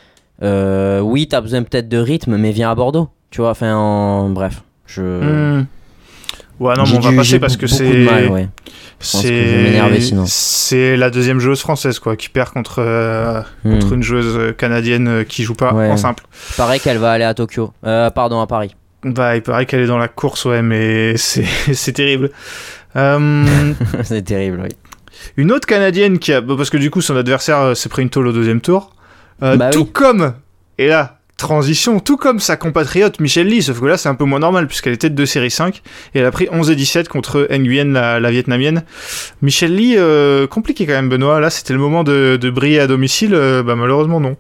Euh, oui, t'as besoin peut-être de rythme, mais viens à Bordeaux. Tu vois, enfin, en... bref. Je. Hmm. Ouais, non, mais j'ai on va du- passer j'ai parce que beaucoup c'est. de mal, ouais. pense que je vais m'énerver sinon. C'est la deuxième joueuse française quoi, qui perd contre, euh, Hmm. contre une joueuse canadienne euh, qui joue pas Ouais. en simple. Pareil qu'elle va aller à Tokyo. Euh, pardon, à Paris. Bah, il paraît qu'elle est dans la course, ouais, mais c'est c'est terrible. Euh, C'est terrible, oui. une autre canadienne qui a. bah, parce que du coup, son adversaire euh, s'est pris une tôle au deuxième tour. Euh, Bah tout oui. comme. Et là, transition, tout comme sa compatriote Michelle Lee, sauf que là, c'est un peu moins normal puisqu'elle est tête de série cinq et elle a pris onze et dix-sept contre Nguyen, la, la vietnamienne. Michelle Lee, euh, compliqué quand même, Benoît. Là, c'était le moment de, de briller à domicile. euh, bah, malheureusement, non.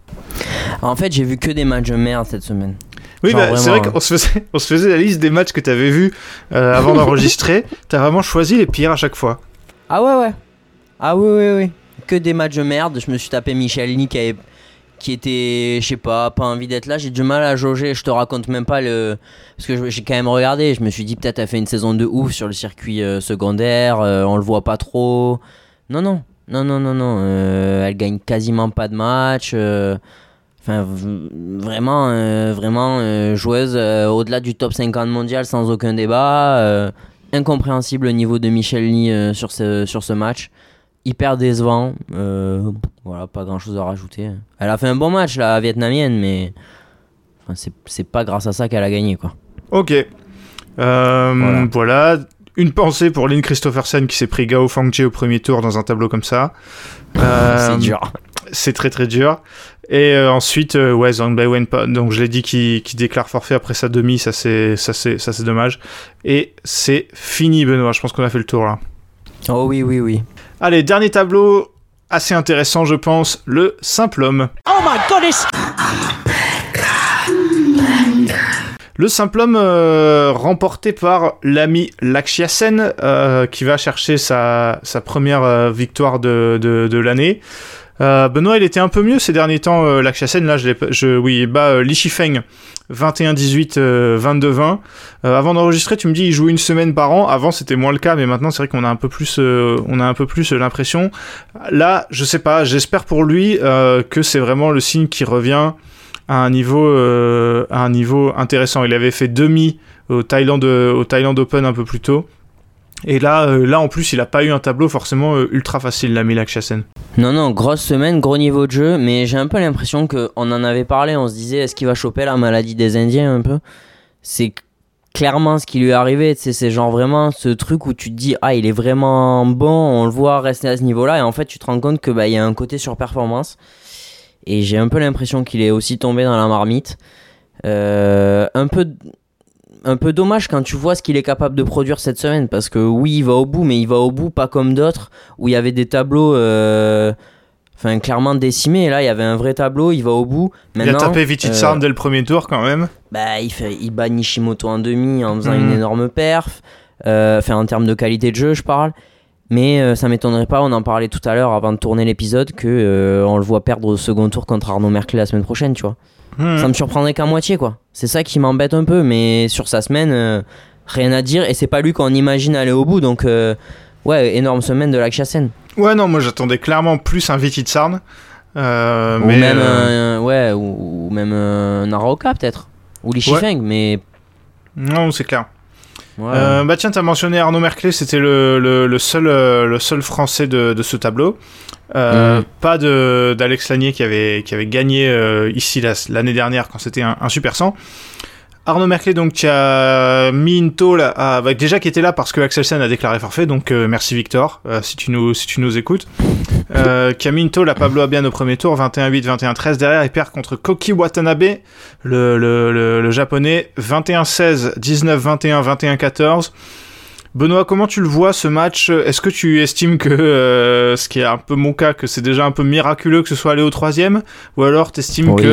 En fait, j'ai vu que des matchs de merde cette semaine. Oui, Genre bah, c'est vraiment, vrai qu'on se faisait, on se faisait la liste des matchs que t'avais vus euh, avant d'enregistrer. T'as vraiment choisi les pires à chaque fois. Ah ouais, ouais. Ah oui, oui, oui. Que des matchs de merde. Je me suis tapé Michel Lee qui, avait- qui était, je sais pas, pas envie d'être là. J'ai du mal à jauger. Je te raconte même pas le. Parce que je- j'ai quand même regardé. Je me suis dit, peut-être elle fait une saison de ouf sur le circuit euh, secondaire. euh, on le voit pas trop. Non, non. Non, non, non, non. euh, elle gagne quasiment pas de match. euh, Enfin, v- vraiment, euh, vraiment euh, joueuse euh, au-delà du top cinquante mondial sans aucun débat. euh, incompréhensible le niveau de Michel Lee euh, sur, ce, sur ce match. Hyper décevant. euh, voilà, pas grand-chose à rajouter. Elle a fait un bon match, la vietnamienne, mais enfin, c'est, c'est pas grâce à ça qu'elle a gagné, quoi. Ok. Euh, Voilà. voilà. Une pensée pour Lynn Christophersen qui s'est pris Gao Fangche au premier tour dans un tableau comme ça. Euh, C'est dur. C'est très très dur. Et euh, ensuite, euh, ouais, Zhang Baiwen, pas- donc je l'ai dit, qui, qui déclare forfait après sa demi, ça c'est, ça, c'est, ça c'est dommage. Et c'est fini, Benoît, je pense qu'on a fait le tour là. Oh oui, oui, oui. Allez, dernier tableau, assez intéressant je pense, le simple homme. Oh my goodness! Le simple homme euh, remporté par l'ami Lakshya Sen, euh, qui va chercher sa, sa première euh, victoire de, de, de l'année. Euh, Benoît, il était un peu mieux ces derniers temps, euh, Lakshya-Sen. Là, je, l'ai, je oui, il bat euh, Li Shifeng vingt et un dix-huit, euh, vingt-deux vingt. Euh, avant d'enregistrer, tu me dis il joue une semaine par an. Avant, c'était moins le cas, mais maintenant, c'est vrai qu'on a un peu plus, euh, on a un peu plus l'impression. Là, je sais pas. J'espère pour lui euh, que c'est vraiment le signe qui revient à un niveau, euh, à un niveau intéressant. Il avait fait demi au Thailand, au Thailand Open un peu plus tôt. Et là, euh, là en plus, il a pas eu un tableau forcément euh, ultra facile, l'ami Lakshya-Sen. Non, non, grosse semaine, gros niveau de jeu, mais j'ai un peu l'impression qu'on en avait parlé, on se disait, est-ce qu'il va choper la maladie des Indiens un peu ? C'est clairement ce qui lui est arrivé, c'est, c'est genre vraiment ce truc où tu te dis, ah, il est vraiment bon, on le voit rester à ce niveau-là, et en fait, tu te rends compte que bah, y a un côté surperformance, et j'ai un peu l'impression qu'il est aussi tombé dans la marmite. Euh, un peu... Un peu dommage quand tu vois ce qu'il est capable de produire cette semaine, parce que oui, il va au bout, mais il va au bout pas comme d'autres où il y avait des tableaux euh, enfin, clairement décimés. Et là, il y avait un vrai tableau, il va au bout. Maintenant, il a tapé Vititsarn euh, dès le premier tour quand même. Bah, il, fait, il bat Nishimoto en demi en faisant mmh. une énorme perf, euh, enfin, en termes de qualité de jeu, je parle. Mais euh, ça m'étonnerait pas, on en parlait tout à l'heure avant de tourner l'épisode, qu'on euh, le voit perdre au second tour contre Arnaud Merklé la semaine prochaine, tu vois. Mmh. Ça me surprendrait qu'à moitié, quoi. C'est ça qui m'embête un peu, mais sur sa semaine, euh, rien à dire. Et c'est pas lui qu'on imagine aller au bout, donc euh, ouais, énorme semaine de Lakshya-Sen. Ouais, non, moi j'attendais clairement plus un Vititsarn. Euh, ou, mais même, euh... euh, ouais, ou, ou même un Naraoka peut-être. Ou Li Shifeng, ouais. mais. Non, c'est clair. Ouais. Euh, bah tiens, t'as mentionné Arnaud Merklé, c'était le, le, le, seul, euh, le seul français de, de ce tableau. Euh, mmh. Pas de, d'Alex Lanier qui avait, qui avait gagné euh, ici la, l'année dernière quand c'était un, un Super cent. Arnaud Merklé, donc, qui a mis une tôle, à, bah, déjà qui était là parce que Axelsen a déclaré forfait, donc euh, merci Victor, euh, si, tu nous, si tu nous écoutes. Euh, qui a mis une tôle à Pablo Abian au premier tour, vingt et un huit, vingt et un treize. Derrière, il perd contre Koki Watanabe, le, le, le, le japonais, vingt et un seize, dix-neuf vingt et un, vingt et un quatorze. Benoît, comment tu le vois ce match ? Est-ce que tu estimes que, euh, ce qui est un peu mon cas, que c'est déjà un peu miraculeux que ce soit allé au troisième ? Ou alors t'estimes oui. que...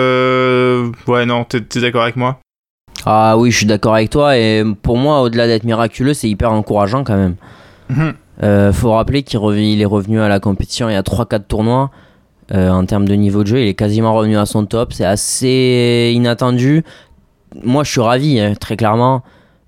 Euh... Ouais, non, t'es, t'es d'accord avec moi ? Ah oui, je suis d'accord avec toi, et pour moi, au-delà d'être miraculeux, c'est hyper encourageant quand même. Mmh. Euh, faut rappeler qu'il rev... il est revenu à la compétition il y a trois quatre tournois. Euh, en termes de niveau de jeu, il est quasiment revenu à son top, c'est assez inattendu. Moi, je suis ravi, hein, très clairement.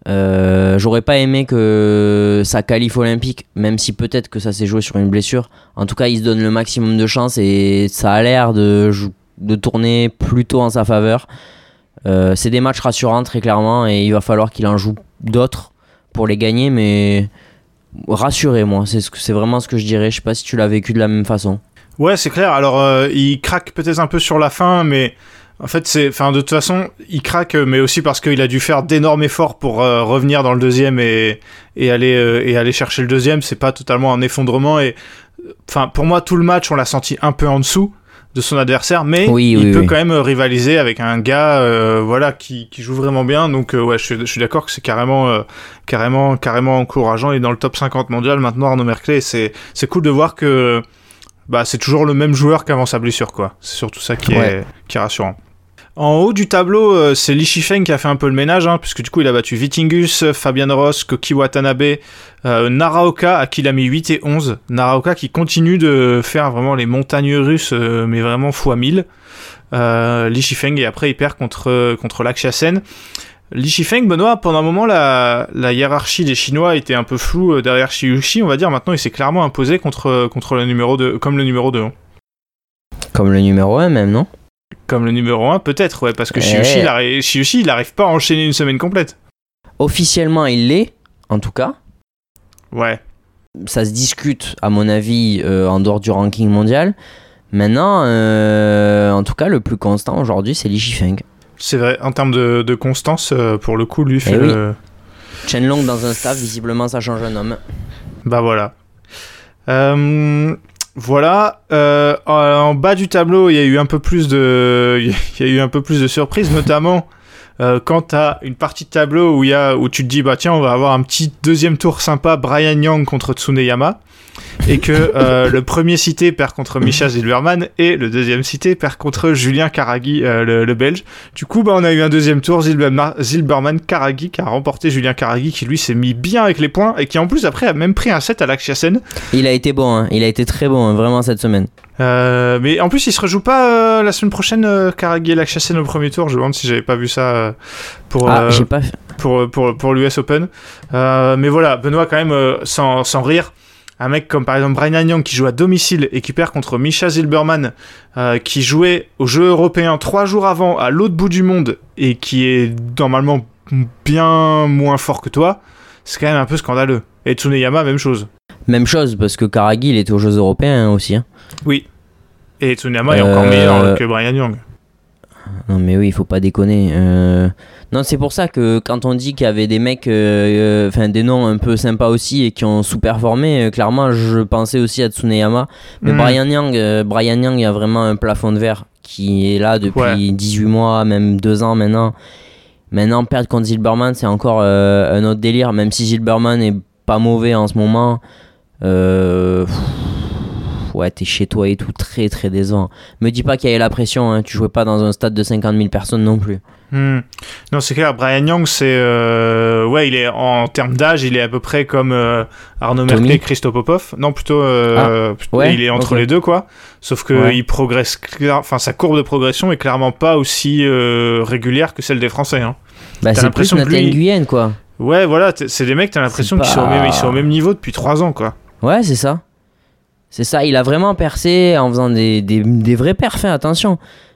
Euh, j'aurais pas aimé que ça qualifie olympique, même si peut-être que ça s'est joué sur une blessure. En tout cas, il se donne le maximum de chance et ça a l'air de, de tourner plutôt en sa faveur. Euh, c'est des matchs rassurants, très clairement, et il va falloir qu'il en joue d'autres pour les gagner, mais rassurez-moi, c'est, ce que, c'est vraiment ce que je dirais. Je sais pas si tu l'as vécu de la même façon. Ouais, c'est clair. Alors, euh, il craque peut-être un peu sur la fin, mais en fait, c'est, enfin, de toute façon, il craque, mais aussi parce qu'il a dû faire d'énormes efforts pour euh, revenir dans le deuxième et, et, aller, euh, et aller chercher le deuxième. C'est pas totalement un effondrement. Et, enfin, pour moi, tout le match, on l'a senti un peu en dessous de son adversaire, mais oui, il oui, peut oui. quand même rivaliser avec un gars euh, voilà, qui, qui joue vraiment bien. Donc, euh, ouais, je suis, je suis d'accord que c'est carrément, euh, carrément, carrément encourageant. Il est dans le top cinquante mondial maintenant, Arnaud Merklé. C'est, c'est cool de voir que bah, c'est toujours le même joueur qu'avant sa blessure, quoi. C'est surtout ça qui, ouais. est, qui est rassurant. En haut du tableau, euh, c'est Li Shifeng qui a fait un peu le ménage, hein, puisque du coup il a battu Vitingus, Fabian Ross, Koki Watanabe, euh, Naraoka, à qui il a mis huit et onze. Naraoka qui continue de faire vraiment les montagnes russes, euh, mais vraiment fois mille. Euh, Li Shifeng, et après il perd contre, contre Lakshya-Sen. Li Shifeng, Benoît, pendant un moment la, la hiérarchie des Chinois était un peu floue euh, derrière Shiyushi, on va dire. Maintenant il s'est clairement imposé contre, contre le numéro deux, comme le numéro deux. Hein. Comme le numéro un même, non ? Comme le numéro un, peut-être, ouais, parce que Shiyushi, il arri- Shiyushi, il n'arrive pas à enchaîner une semaine complète. Officiellement, il l'est, en tout cas. Ouais. Ça se discute, à mon avis, euh, en dehors du ranking mondial. Maintenant, euh, en tout cas, le plus constant aujourd'hui, c'est Li Shifeng. C'est vrai, en termes de, de constance, euh, pour le coup, lui fait eh le... Oui. Chenlong dans un staff, visiblement, ça change un homme. Bah voilà. Euh... Voilà, euh, en bas du tableau, il y a eu un peu plus de, il y a eu un peu plus de surprises, notamment euh, quand t'as une partie de tableau où il y a, où tu te dis bah tiens, on va avoir un petit deuxième tour sympa, Brian Yang contre Tsuneyama, et que euh, le premier cité perd contre Mischa Zilberman et le deuxième cité perd contre Julien Karagi, euh, le, le Belge. Du coup, bah on a eu un deuxième tour, Zilberman Karagi qui a remporté Julien Karagi, qui lui s'est mis bien avec les points et qui en plus après a même pris un set à Lakshya-Sen. Il a été bon, hein. Il a été très bon, hein, vraiment cette semaine. Euh, mais en plus, il se rejoue pas euh, la semaine prochaine, euh, Karagi et Lakshyasen au premier tour. Je me demande si j'avais pas vu ça euh, pour, Ah, euh, j'ai pas fait. pour, pour, pour l'U S Open. Euh, mais voilà, Benoît, quand même, euh, sans, sans rire, un mec comme par exemple Brian Yang qui joue à domicile et qui perd contre Mischa Zilberman, euh, qui jouait aux Jeux européens trois jours avant à l'autre bout du monde et qui est normalement bien moins fort que toi, c'est quand même un peu scandaleux. Et Tsuneyama, même chose. Même chose, parce que Karagi, il était aux Jeux Européens hein, aussi. Hein. Oui. Et Tsuneyama Euh... est encore meilleur que Brian Yang. Non mais oui, il faut pas déconner. Euh... Non, c'est pour ça que quand on dit qu'il y avait des mecs, enfin euh, euh, des noms un peu sympas aussi et qui ont sous-performé, euh, clairement je pensais aussi à Tsuneyama. Mais mmh. Brian Yang, euh, Brian Yang, il y a vraiment un plafond de verre qui est là depuis ouais. dix-huit mois, même deux ans maintenant. Maintenant, perdre contre Zilberman, c'est encore euh, un autre délire, même si Zilberman est pas mauvais en ce moment. Euh... Ouais, t'es chez toi et tout, très très décevant. Me dis pas qu'il y avait la pression, hein. Tu jouais pas dans un stade de cinquante mille personnes non plus. Hmm. Non, c'est clair, Brian Yang, c'est. Euh... Ouais, il est en termes d'âge, il est à peu près comme euh, Arnaud Merkley et Christo Popov. Non, plutôt. Euh, ah, plutôt ouais, il est entre okay. les deux, quoi. Sauf que ouais. il progresse. Clair... Enfin, sa courbe de progression est clairement pas aussi euh, régulière que celle des Français. Hein. Bah, t'as c'est plus Nathan Nguyen, quoi. Ouais, voilà, c'est des mecs, t'as l'impression qu'ils pas... sont, au même... sont au même niveau depuis trois ans, quoi. Ouais, c'est ça. C'est ça, il a vraiment percé en faisant des, des, des vrais perfs, attention.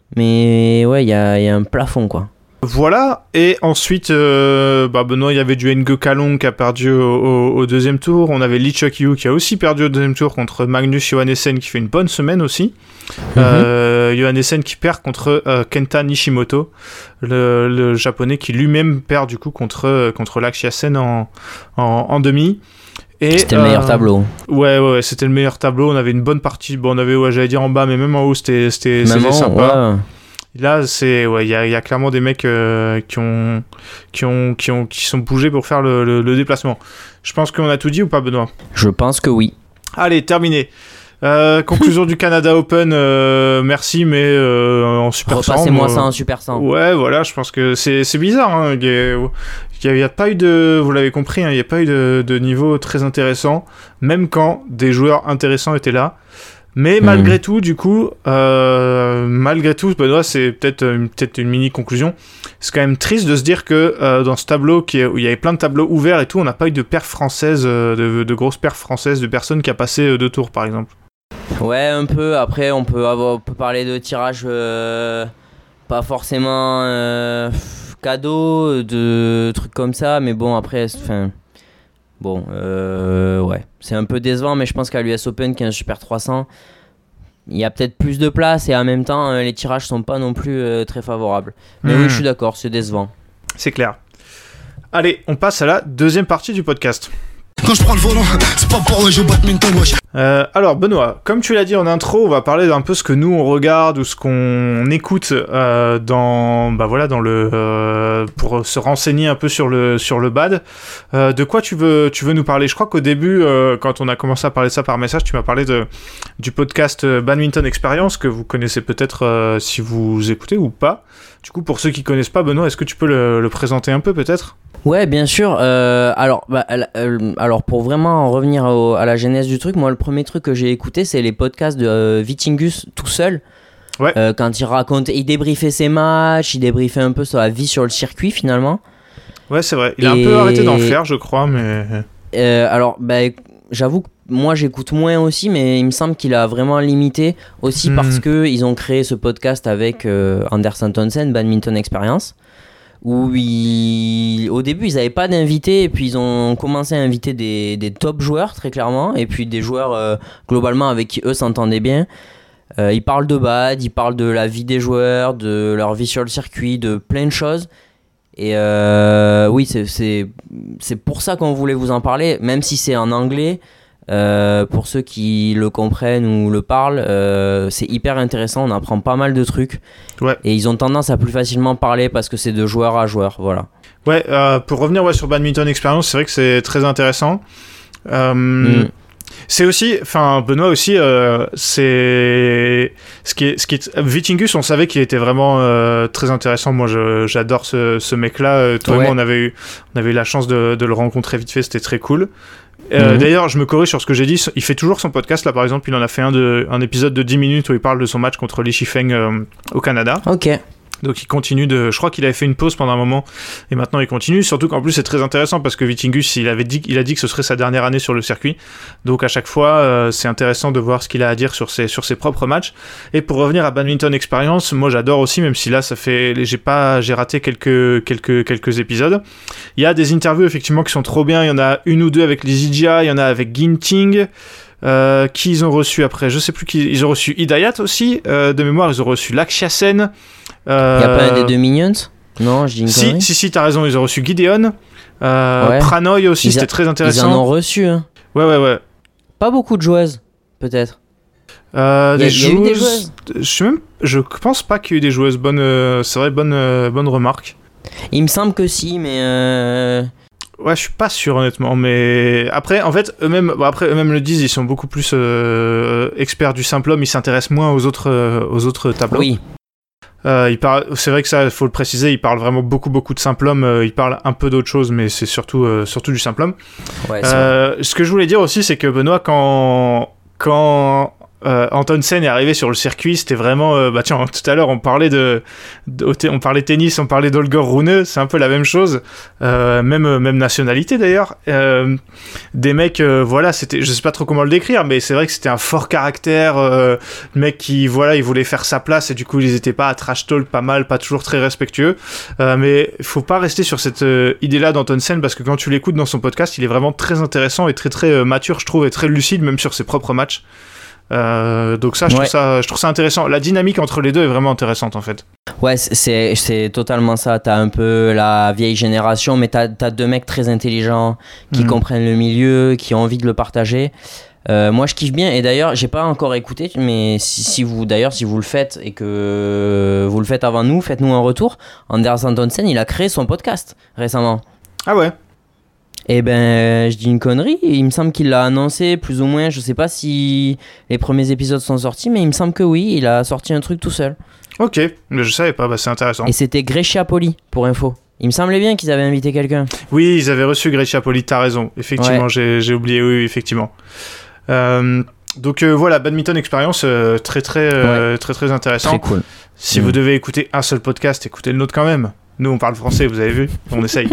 Mais ouais, il y a, y a un plafond, quoi. Voilà, et ensuite, euh, bah Benoît, il y avait du Nge Kalong qui a perdu au, au, au deuxième tour. On avait Lee Chuk-Yu qui a aussi perdu au deuxième tour contre Magnus Johannesen qui fait une bonne semaine aussi. Mm-hmm. Euh, Johannesen qui perd contre euh, Kenta Nishimoto, le, le japonais qui lui-même perd du coup contre, contre Lakshyasen en, en, en demi. Et, c'était le meilleur euh, tableau. Ouais, ouais, ouais, c'était le meilleur tableau. On avait une bonne partie. Bon, on avait, ouais, j'allais dire en bas, mais même en haut, c'était, c'était, c'était sympa. Ouais. Là, c'est, ouais, il y a, y a clairement des mecs euh, qui ont, qui ont, qui ont, qui sont bougés pour faire le, le, le déplacement. Je pense qu'on a tout dit ou pas, Benoît ? Je pense que oui. Allez, terminé. Euh, conclusion du Canada Open, euh, merci, mais euh, en super cent. Repassez-moi ça en super cent. Ouais, voilà, je pense que c'est, c'est bizarre. Hein, il n'y a, a, a pas eu de, vous l'avez compris, il hein, n'y a pas eu de, de niveau très intéressant, même quand des joueurs intéressants étaient là. Mais mmh. malgré tout, du coup, euh, malgré tout, Benoît, c'est peut-être une, peut-être une mini conclusion. C'est quand même triste de se dire que euh, dans ce tableau, qui est, où il y avait plein de tableaux ouverts et tout, on n'a pas eu de perf française, euh, de, de grosses perfs françaises, de personnes qui a passé euh, deux tours, par exemple. Ouais, un peu. Après, on peut, avoir, on peut parler de tirage euh, pas forcément euh, cadeau, de trucs comme ça, mais bon, après, enfin. Bon, euh, ouais, c'est un peu décevant, mais je pense qu'à l'U S Open, qui est un Super trois cents, il y a peut-être plus de place et en même temps, euh, les tirages sont pas non plus euh, très favorables. Mais mmh. oui, je suis d'accord, c'est décevant. C'est clair. Allez, on passe à la deuxième partie du podcast. Quand je prends le volant, c'est pas pour jouer au badminton, wesh. Euh, alors Benoît, comme tu l'as dit en intro, on va parler d'un peu ce que nous on regarde ou ce qu'on écoute euh, dans, bah voilà, dans le, euh, pour se renseigner un peu sur le sur le bad. Euh, de quoi tu veux tu veux nous parler ? Je crois qu'au début, euh, quand on a commencé à parler de ça par message, tu m'as parlé de du podcast Badminton Experience que vous connaissez peut-être euh, si vous écoutez ou pas. Du coup, pour ceux qui connaissent pas, Benoît, est-ce que tu peux le, le présenter un peu peut-être ? Ouais, bien sûr. Euh, alors, bah, euh, alors, pour vraiment en revenir au, à la genèse du truc, moi, le premier truc que j'ai écouté, c'est les podcasts de euh, Vitingus tout seul. Ouais. Euh, quand il raconte, il débriefait ses matchs, il débriefait un peu sur la vie sur le circuit finalement. Ouais, c'est vrai. Il a Et... un peu arrêté d'en faire, je crois, mais. Euh, alors, bah, j'avoue que moi, j'écoute moins aussi, mais il me semble qu'il a vraiment limité aussi mmh. parce que ils ont créé ce podcast avec euh, Anderson Townsend, Badminton Experience. Où ils... au début ils n'avaient pas d'invités et puis ils ont commencé à inviter des, des top joueurs très clairement et puis des joueurs euh, globalement avec qui eux s'entendaient bien. Euh, ils parlent de bad, ils parlent de la vie des joueurs, de leur vie sur le circuit, de plein de choses. Et euh, oui, c'est, c'est, c'est pour ça qu'on voulait vous en parler, même si c'est en anglais. Euh, pour ceux qui le comprennent ou le parlent, euh, c'est hyper intéressant, on apprend pas mal de trucs. Ouais. Et ils ont tendance à plus facilement parler parce que c'est de joueur à joueur, voilà. Ouais, euh, pour revenir ouais, sur Badminton Experience, c'est vrai que c'est très intéressant. Euh, mm. C'est aussi, enfin Benoît aussi, euh, c'est ce qui est, ce qui est, Vitingus, on savait qu'il était vraiment euh, très intéressant. Moi, je, j'adore ce, ce mec-là. Toi ouais. et moi, on avait eu, on avait eu la chance de, de le rencontrer vite fait, c'était très cool. Euh, Mhm. D'ailleurs, je me corrige sur ce que j'ai dit. Il fait toujours son podcast. Là, par exemple, il en a fait un, de, un épisode de dix minutes où il parle de son match contre Li Shifeng euh, au Canada. Ok. Donc il continue de... Je crois qu'il avait fait une pause pendant un moment et maintenant il continue. Surtout qu'en plus c'est très intéressant parce que Vitingus il avait dit, il a dit que ce serait sa dernière année sur le circuit. Donc à chaque fois euh, c'est intéressant de voir ce qu'il a à dire sur ses, sur ses propres matchs. Et pour revenir à Badminton Experience, moi j'adore aussi, même si là ça fait... J'ai pas... J'ai raté quelques, quelques, quelques épisodes. Il y a des interviews effectivement qui sont trop bien. Il y en a une ou deux avec Lizzy Jia, il y en a avec Ginting. Euh, qui ils ont reçu après, je sais plus qui ils ont reçu. Hidayat aussi, euh, de mémoire ils ont reçu Lakshya Sen. Euh... Y a pas un des deux Minions? Non, je dis une si, connerie. si, si, t'as raison, ils ont reçu Gideon. Euh, Ouais. Pranoy aussi, Ils a- c'était très Ils intéressant. en ont reçu, hein. Ouais, ouais, ouais. Pas beaucoup de joueuses, peut-être. Euh, Y a- des y a eu joueuses. des joueuses Je sais même, je pense pas qu'il y ait eu des joueuses. Bonne, euh, c'est vrai, bonne, euh, bonne remarque. Il me semble que si, mais euh... Ouais, je suis pas sûr honnêtement, mais après, en fait, eux-mêmes, bon, après eux-mêmes le disent, ils sont beaucoup plus euh, experts du simple homme. Ils s'intéressent moins aux autres, euh, aux autres tableaux. oui. Euh, il parle, c'est vrai que ça, faut le préciser, il parle vraiment beaucoup, beaucoup de simple homme. Euh, il parle un peu d'autre chose, mais c'est surtout, euh, surtout du simple homme. Ouais, c'est vrai. Euh, ce que je voulais dire aussi, c'est que Benoît, quand, quand euh, Antonsen est arrivé sur le circuit, c'était vraiment... Euh, bah tiens, tout à l'heure, on parlait de, de on parlait tennis, on parlait d'Holger Rune, c'est un peu la même chose, euh, même, même nationalité d'ailleurs. Euh, des mecs, euh, voilà, c'était, je sais pas trop comment le décrire, mais c'est vrai que c'était un fort caractère, euh, le mec qui, voilà, il voulait faire sa place et du coup, ils étaient pas à trash talk, pas mal, pas toujours très respectueux. Euh, mais faut pas rester sur cette euh, idée-là d'Antonsen parce que quand tu l'écoutes dans son podcast, il est vraiment très intéressant et très très euh, mature, je trouve, et très lucide, même sur ses propres matchs. Euh, donc ça je, Ouais. trouve ça, je trouve ça intéressant. La dynamique entre les deux est vraiment intéressante en fait. Ouais, c'est- c'est c'est totalement ça. T'as un peu la vieille génération, mais t'as as deux mecs très intelligents qui Mhm. comprennent le milieu, qui ont envie de le partager. Euh, moi, je kiffe bien. Et d'ailleurs, j'ai pas encore écouté, mais si, si vous, d'ailleurs, si vous le faites et que vous le faites avant nous, faites-nous un retour. Anders Antonsen, il a créé son podcast récemment. Ah ouais. Eh ben, je dis une connerie. Il me semble qu'il l'a annoncé plus ou moins. Je sais pas si les premiers épisodes sont sortis, mais il me semble que oui. Il a sorti un truc tout seul. Ok, mais je savais pas, bah c'est intéressant. Et c'était Grecia Poli, pour info. Il me semblait bien qu'ils avaient invité quelqu'un. Oui, ils avaient reçu Grecia Poli, t'as raison. Effectivement, Ouais. j'ai, j'ai oublié, oui, oui, effectivement. Euh, donc euh, voilà, Badminton Experience, euh, très très, euh, très très intéressant. Très cool. Si Mm. vous devez écouter un seul podcast, écoutez le nôtre quand même. Nous, on parle français, vous avez vu, on essaye.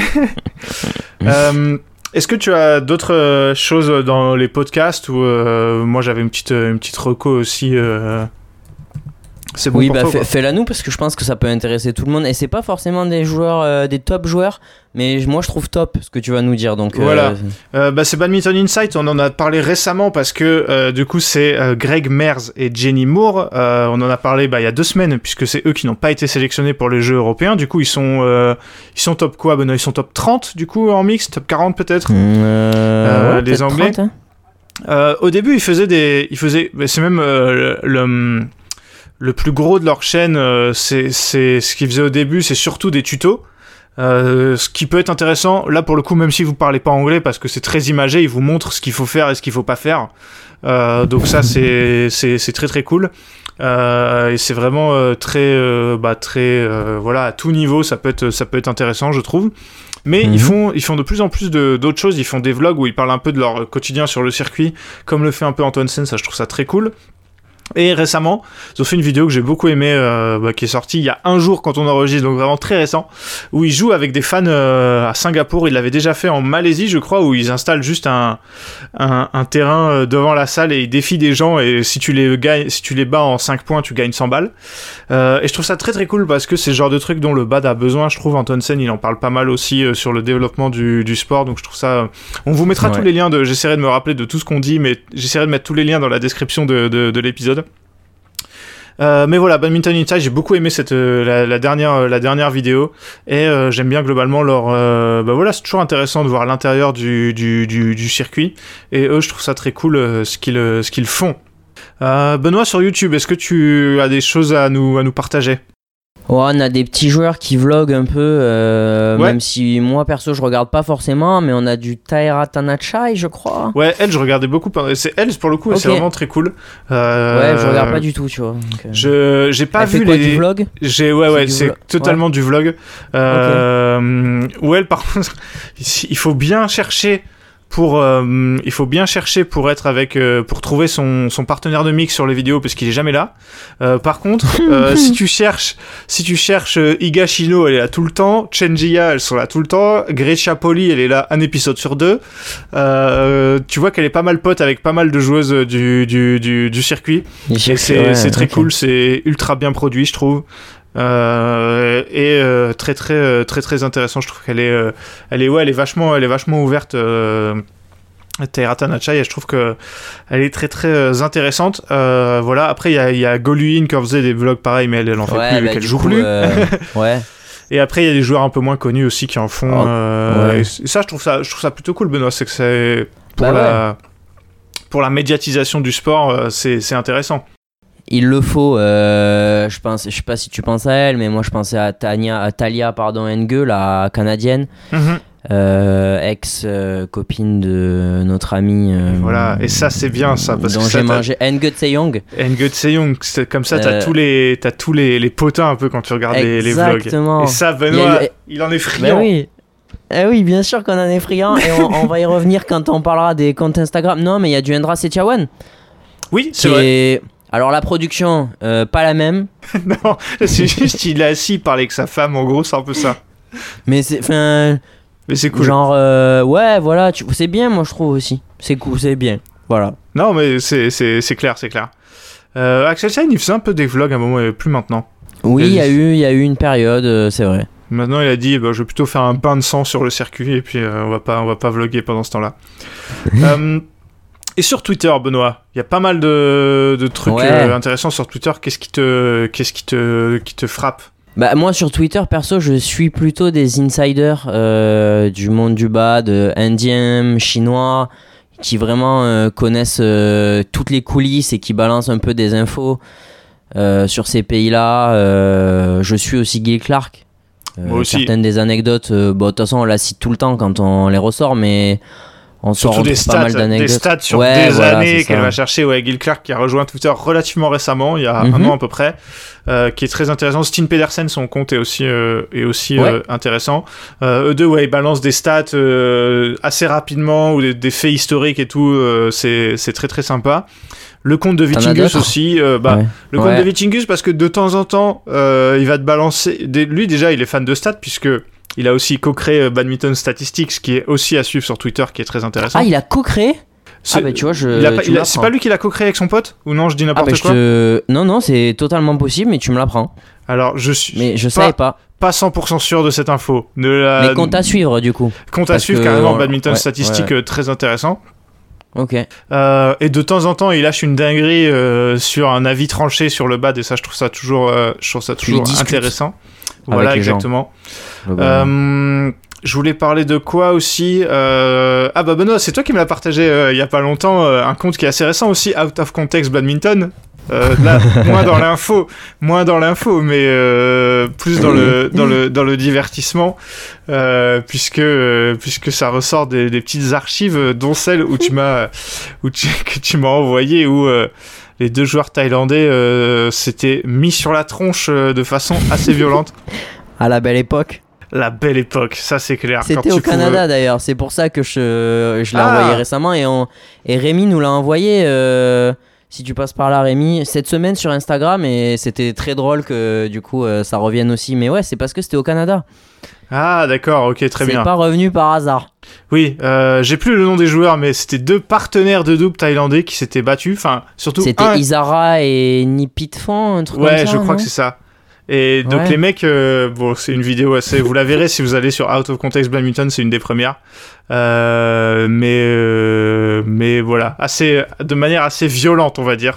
euh, est-ce que tu as d'autres euh, choses dans les podcasts ou euh, moi j'avais une petite, une petite reco aussi euh, c'est bon Oui, pour bah toi, fais- quoi. fais-la nous parce que je pense que ça peut intéresser tout le monde. Et c'est pas forcément des joueurs, euh, des top joueurs, mais moi je trouve top ce que tu vas nous dire. Donc euh, Voilà. Euh, bah, c'est Badminton Insight, on en a parlé récemment parce que euh, du coup c'est euh, Greg Merz et Jenny Moore. Euh, on en a parlé bah, il y a deux semaines puisque c'est eux qui n'ont pas été sélectionnés pour les Jeux européens. Du coup ils sont, euh, ils sont top quoi Benoît? Ils sont top trente du coup en mix, top quarante peut-être. Euh, Euh, ouais, les peut-être Anglais. trente, hein. Euh, au début, ils faisaient des, ils faisaient, mais c'est même euh, le, le le plus gros de leur chaîne. Euh, c'est c'est ce qu'ils faisaient au début, c'est surtout des tutos. Euh, ce qui peut être intéressant, là pour le coup, même si vous parlez pas anglais, parce que c'est très imagé, ils vous montrent ce qu'il faut faire et ce qu'il faut pas faire. Euh, donc ça, c'est c'est c'est très très cool. Euh, et c'est vraiment euh, très euh, bah très euh, voilà à tout niveau, ça peut être ça peut être intéressant, je trouve. Mais Mhm. ils font ils font de plus en plus de d'autres choses. Ils font des vlogs où ils parlent un peu de leur quotidien sur le circuit, comme le fait un peu Antonsen. Ça, je trouve ça très cool. Et récemment, ils ont fait une vidéo que j'ai beaucoup aimée, euh, bah, qui est sortie il y a un jour quand on enregistre, donc vraiment très récent, où ils jouent avec des fans euh, à Singapour. Ils l'avaient déjà fait en Malaisie, je crois, où ils installent juste un, un, un terrain euh, devant la salle et ils défient des gens. Et si tu les gagnes, si tu les bats en cinq points, tu gagnes cent balles. Euh, et je trouve ça très très cool parce que c'est le genre de truc dont le bad a besoin. Je trouve Antonsen, il en parle pas mal aussi euh, sur le développement du, du sport. Donc je trouve ça. Euh, on vous mettra Ouais. tous les liens. De, j'essaierai de me rappeler de tout ce qu'on dit, mais j'essaierai de mettre tous les liens dans la description de, de, de l'épisode. Euh, mais voilà, Badminton Insight, j'ai beaucoup aimé cette euh, la, la dernière euh, la dernière vidéo et euh, j'aime bien globalement leur euh, bah voilà, c'est toujours intéressant de voir l'intérieur du, du, du, du circuit et eux je trouve ça très cool euh, ce qu'ils euh, ce qu'ils font. Euh, Benoît, sur YouTube, est-ce que tu as des choses à nous à nous partager? Ouais, on a des petits joueurs qui vloguent un peu, euh, Ouais. même si moi perso je regarde pas forcément, mais on a du Taira Tanachai, je crois. Ouais, elle, je regardais beaucoup. pendant- C'est elle pour le coup, et c'est Ok. vraiment très cool. Euh, Ouais, je regarde pas du tout, tu vois. donc, euh. Je j'ai pas Elle vu fait quoi, les. du vlog? J'ai ouais C'est ouais du c'est vlog. totalement du vlog. Euh, où elle par contre il faut bien chercher pour euh, il faut bien chercher pour être avec euh, pour trouver son, son partenaire de mix sur les vidéos parce qu'il est jamais là. Euh, par contre, euh, si tu cherches si tu cherches euh, Higashino, elle est là tout le temps, Chenjiya, elles sont là tout le temps, Grecia Poli, elle est là un épisode sur deux. Euh, tu vois qu'elle est pas mal pote avec pas mal de joueuses du du du, du circuit. Et c'est ouais, c'est très okay. cool, c'est ultra bien produit, je trouve. Euh, et euh, très très très très très intéressant. Je trouve qu'elle est euh, elle est ouais elle est vachement elle est vachement ouverte. Euh, Tairata Nachai, et je trouve que elle est très très intéressante. Euh, voilà. Après il y a il y a Goluin qui en faisait des vlogs pareils, mais elle elle en fait ouais, plus, bah, qu'elle joue coup, plus. Euh, ouais. Et après il y a des joueurs un peu moins connus aussi qui en font. Oh, euh, ouais. Et ça je trouve ça je trouve ça plutôt cool, Benoît. C'est que c'est pour bah, la ouais. pour la médiatisation du sport, c'est c'est intéressant. Il le faut. Euh, je pense, je sais pas si tu penses à elle, mais moi je pensais à Tania, à Talia, pardon, Nge, la canadienne, Mm-hmm. euh, ex euh, copine de notre ami. Euh, voilà. Et ça c'est bien ça parce dont que j'ai ça, mangé. Nge Tseyong. Nge Tseyong, c'est comme ça. T'as Euh, tous les t'as tous les les potins un peu quand tu regardes les, les vlogs. Exactement. Et ça, Benoît, Il y a eu- il en est friand. Ben oui. Eh oui, bien sûr qu'on en est friand et on, on va y revenir quand on parlera des comptes Instagram. Non, mais il y a du Endra Setiawan. Oui, c'est qui vrai. est- Alors la production, euh, pas la même, Non, c'est juste il est assis, il parle avec sa femme. En gros, c'est un peu ça. mais c'est, enfin, Mais c'est cool. genre, euh, ouais, voilà, tu, c'est bien, moi je trouve aussi. C'est cool, c'est bien, voilà. Non, mais c'est c'est c'est clair, c'est clair. Euh, Axel Stein, il faisait un peu des vlogs à un moment, et plus maintenant. Oui, Il a il y a dit- eu, il y a eu une période, euh, c'est vrai. Maintenant, il a dit, bah, je vais plutôt faire un bain de sang sur le circuit et puis euh, on va pas, on va pas vlogger pendant ce temps-là. euh, et sur Twitter, Benoît, il y a pas mal de, de trucs Ouais. euh, intéressants sur Twitter. Qu'est-ce qui te, qu'est-ce qui te, qui te frappe? Bah moi sur Twitter perso je suis plutôt des insiders euh, du monde du bad, euh, indiens, chinois, qui vraiment euh, connaissent euh, toutes les coulisses et qui balancent un peu des infos euh, sur ces pays-là. Euh, je suis aussi Gil Clark. Euh, Moi aussi. Certaines des anecdotes, euh, bon de toute façon on la cite tout le temps quand on les ressort, mais on sort Surtout des pas mal stats, d'anecdotes. des stats sur Ouais, des voilà, années c'est qu'elle ça. va chercher. Ouais, Gil Clark qui a rejoint Twitter relativement récemment, il y a Mhm. un an à peu près, euh, qui est très intéressant. Steen Pedersen, son compte est aussi, euh, est aussi Ouais. euh, intéressant. Euh, eux deux, ouais, ils balancent des stats euh, assez rapidement ou des, des faits historiques et tout. Euh, c'est, c'est très très sympa. Le compte de T'en as Vitingus d'autres aussi, euh, bah, Ouais. le compte Ouais. de Vitingus parce que de temps en temps, euh, il va te balancer. Des... Lui déjà, il est fan de stats puisque il a aussi co-créé euh, Badminton Statistics, qui est aussi à suivre sur Twitter, qui est très intéressant. Ah il a co-créé. C'est- Ah bah tu vois je. il a pas- tu il me a- c'est l'apprends. pas lui qui l'a co-créé avec son pote? Ou non, je dis Ah n'importe bah je quoi. te... Non non c'est totalement possible mais tu me l'apprends. Alors, je suis Mais je pas, savais pas. pas cent pour cent sûr de cette info. De la... Mais compte à suivre du coup. Compte à parce suivre que carrément, on- Badminton ouais, Statistics, ouais. euh, très intéressant. Ok. Euh, et de temps en temps, il lâche une dinguerie euh, sur un avis tranché sur le bad, et ça, je trouve ça toujours, euh, je trouve ça Tu les toujours discutes intéressant. Voilà, les gens. exactement. Globalement. Euh, je voulais parler de quoi aussi euh... Ah bah Benoît, c'est toi qui me l'as partagé euh, il y a pas longtemps, euh, un compte qui est assez récent aussi, Out of Context Badminton. Euh, là, moins dans l'info, moins dans l'info, mais euh, plus dans le dans le dans le divertissement, euh, puisque euh, puisque ça ressort des, des petites archives, dont celle où tu m'as où tu, que tu m'as envoyé où euh, les deux joueurs thaïlandais euh, s'étaient mis sur la tronche euh, de façon assez violente. À la belle époque. La belle époque, ça c'est clair. Quand C'était tu au pouvais- Canada d'ailleurs. C'est pour ça que je, je l'ai Ah. envoyé récemment et, on, et Rémi nous l'a envoyé. euh, si tu passes par là, Rémi, cette semaine sur Instagram et c'était très drôle que du coup euh, ça revienne aussi. Mais ouais, c'est parce que c'était au Canada. Ah d'accord, ok, très C'est bien. pas revenu par hasard. Oui, euh, j'ai plus le nom des joueurs, mais c'était deux partenaires de double thaïlandais qui s'étaient battus. Enfin, surtout C'était un. Isara et Nipitfon, un truc Ouais, comme ça. je crois non que c'est ça. Et donc Ouais. les mecs, euh, bon, c'est une vidéo assez. Vous la verrez si vous allez sur Out of Context Badminton, c'est une des premières. Euh, mais euh, mais voilà, assez de manière assez violente, on va dire.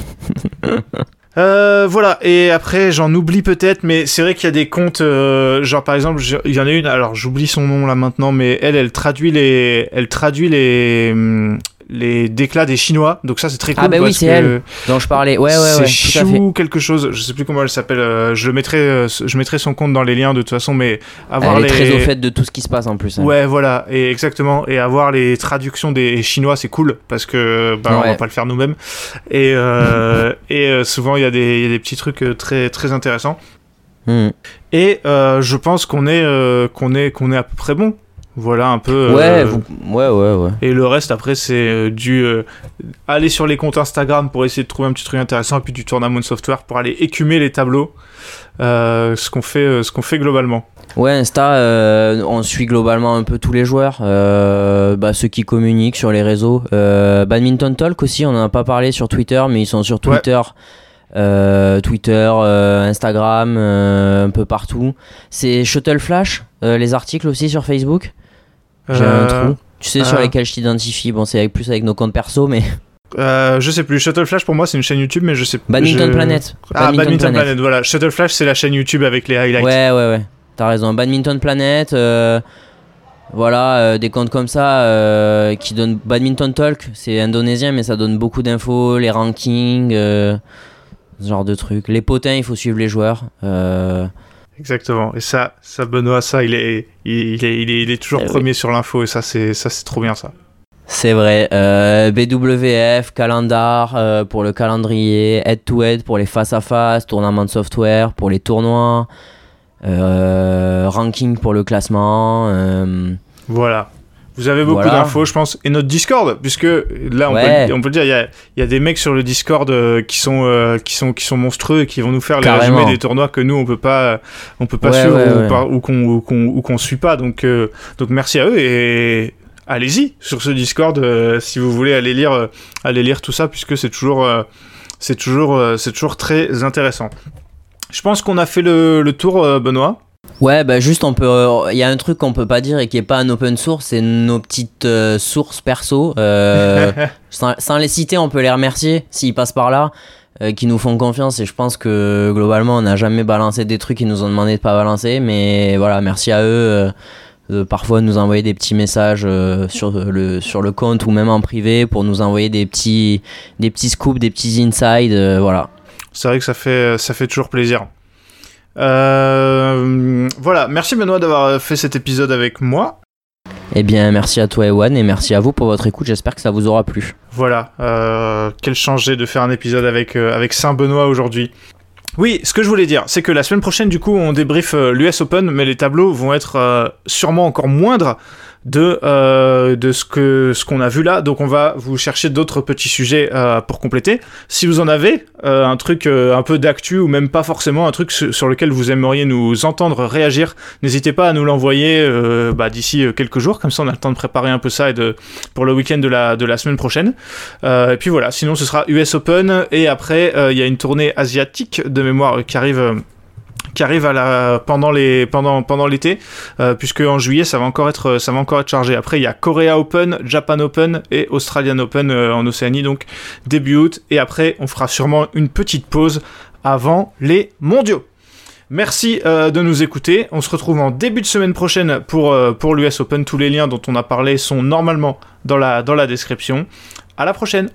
Euh, voilà, et après j'en oublie peut-être, mais c'est vrai qu'il y a des comptes, euh, genre par exemple, je- il y en a une, alors j'oublie son nom là maintenant, mais elle, elle traduit les, elle traduit les, hum, les déclats des Chinois, donc ça c'est très cool. Ah bah oui, parce c'est que elle. dont je parlais. Ouais, ouais, ouais, c'est tout à fait. Chou quelque chose, je sais plus comment elle s'appelle, euh, je le mettrai, euh, je mettrai son compte dans les liens de toute façon, mais avoir Elle les... est très au fait de tout ce qui se passe en plus. hein. Ouais, voilà, et exactement, et avoir les traductions des Chinois, c'est cool parce que bah, on Ouais. va pas le faire nous-mêmes. Et euh, et euh, souvent il y a des il y a des petits trucs euh, très très intéressants. Hmm. Et euh, je pense qu'on est euh, qu'on est qu'on est à peu près bon. Voilà un peu. Ouais, euh, vous... ouais, ouais, ouais. Et le reste, après, c'est euh, du euh, aller sur les comptes Instagram pour essayer de trouver un petit truc intéressant, et puis du Tournament Software pour aller écumer les tableaux, euh, ce qu'on fait, euh, ce qu'on fait globalement. Ouais, Insta, euh, on suit globalement un peu tous les joueurs, euh, bah, ceux qui communiquent sur les réseaux. Euh, Badminton Talk aussi, on n'en a pas parlé sur Twitter, mais ils sont sur Twitter. Ouais. Euh, Twitter, euh, Instagram, euh, un peu partout. C'est Shuttle Flash, euh, les articles aussi sur Facebook. J'ai euh, un trou. Tu sais, euh, sur lesquels je t'identifie. Bon, c'est avec, plus avec nos comptes perso, mais. Euh, je sais plus. Shuttle Flash pour moi c'est une chaîne YouTube, mais je sais plus. Badminton je... Planet. Ah, Badminton, Badminton Planet. Planet, voilà. Shuttle Flash c'est la chaîne YouTube avec les highlights. Ouais, ouais, ouais. T'as raison. Badminton Planet. Euh... Voilà, euh, des comptes comme ça euh, qui donnent. Badminton Talk, c'est indonésien, mais ça donne beaucoup d'infos, les rankings, euh, ce genre de trucs. Les potins, il faut suivre les joueurs. Euh... Exactement. Et ça, ça Benoît, ça, il est, il est, il est, il est toujours eh premier oui. sur l'info, et ça, c'est, ça, c'est trop bien, ça. C'est vrai. Euh, B W F, Calendar euh, pour le calendrier, Head to Head pour les face à face, Tournament de Software pour les tournois, euh, Ranking pour le classement. Euh... Voilà. Vous avez beaucoup voilà. d'infos, je pense, et notre Discord, puisque là, on, ouais. peut, on peut le dire, il y a, y a des mecs sur le Discord euh, qui sont, euh, qui sont, qui sont monstrueux et qui vont nous faire les résumés des tournois que nous on peut pas, on peut pas ouais, suivre ouais, ou, ouais. Par, ou qu'on, ou qu'on, ou qu'on suit pas. Donc, euh, donc merci à eux et allez-y sur ce Discord euh, si vous voulez aller lire, euh, aller lire tout ça, puisque c'est toujours, euh, c'est toujours, euh, c'est toujours très intéressant. Je pense qu'on a fait le, le tour, euh, Benoît. Ouais, bah juste on peut, il euh, y a un truc qu'on peut pas dire et qui est pas un open source, c'est nos petites euh, sources perso. Euh, sans, sans les citer, on peut les remercier s'ils passent par là, euh, qui nous font confiance. Et je pense que globalement, on n'a jamais balancé des trucs qu'ils nous ont demandé de pas balancer, mais voilà, merci à eux. Euh, de parfois nous envoyer des petits messages euh, sur le sur le compte ou même en privé pour nous envoyer des petits des petits scoops, des petits insides, euh, voilà. C'est vrai que ça fait ça fait toujours plaisir. Euh, voilà, merci Benoît d'avoir fait cet épisode avec moi. Eh bien, merci à toi Ewan et merci à vous pour votre écoute, j'espère que ça vous aura plu. Voilà, euh, quel changé de faire un épisode avec, euh, avec Saint-Benoît aujourd'hui. Oui, ce que je voulais dire, c'est que la semaine prochaine, du coup, on débrief euh, l'U S Open, mais les tableaux vont être euh, sûrement encore moindres de, euh, de ce, que, ce qu'on a vu là. Donc on va vous chercher d'autres petits sujets euh, pour compléter. Si vous en avez euh, un truc euh, un peu d'actu ou même pas forcément un truc su- sur lequel vous aimeriez nous entendre réagir, n'hésitez pas à nous l'envoyer euh, bah, d'ici quelques jours, comme ça on a le temps de préparer un peu ça et de, pour le week-end de la, de la semaine prochaine. Euh, et puis voilà, sinon ce sera U S Open et après il euh, y a une tournée asiatique de mémoire euh, qui arrive... Euh, qui arrive à la, pendant, les, pendant, pendant l'été, euh, puisque en juillet ça va encore être, ça va encore être chargé. Après il y a Korea Open, Japan Open et Australian Open euh, en Océanie, donc début août, et après on fera sûrement une petite pause avant les mondiaux. Merci euh, de nous écouter, on se retrouve en début de semaine prochaine pour, euh, pour l'U S Open. Tous les liens dont on a parlé sont normalement dans la, dans la description. À la prochaine.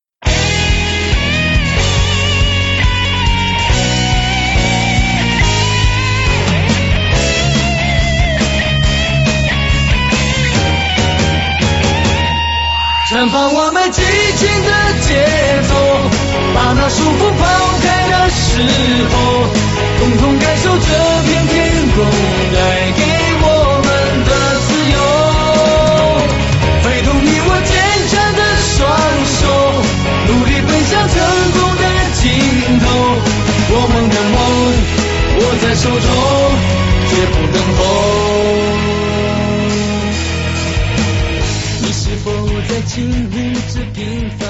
绽放我们激情的节奏，把那束缚抛开的时候，共同感受这片天空带给我们的自由。挥动你我坚强的双手，努力奔向成功的尽头。我们的梦握在手中，绝不等候。在经历这平凡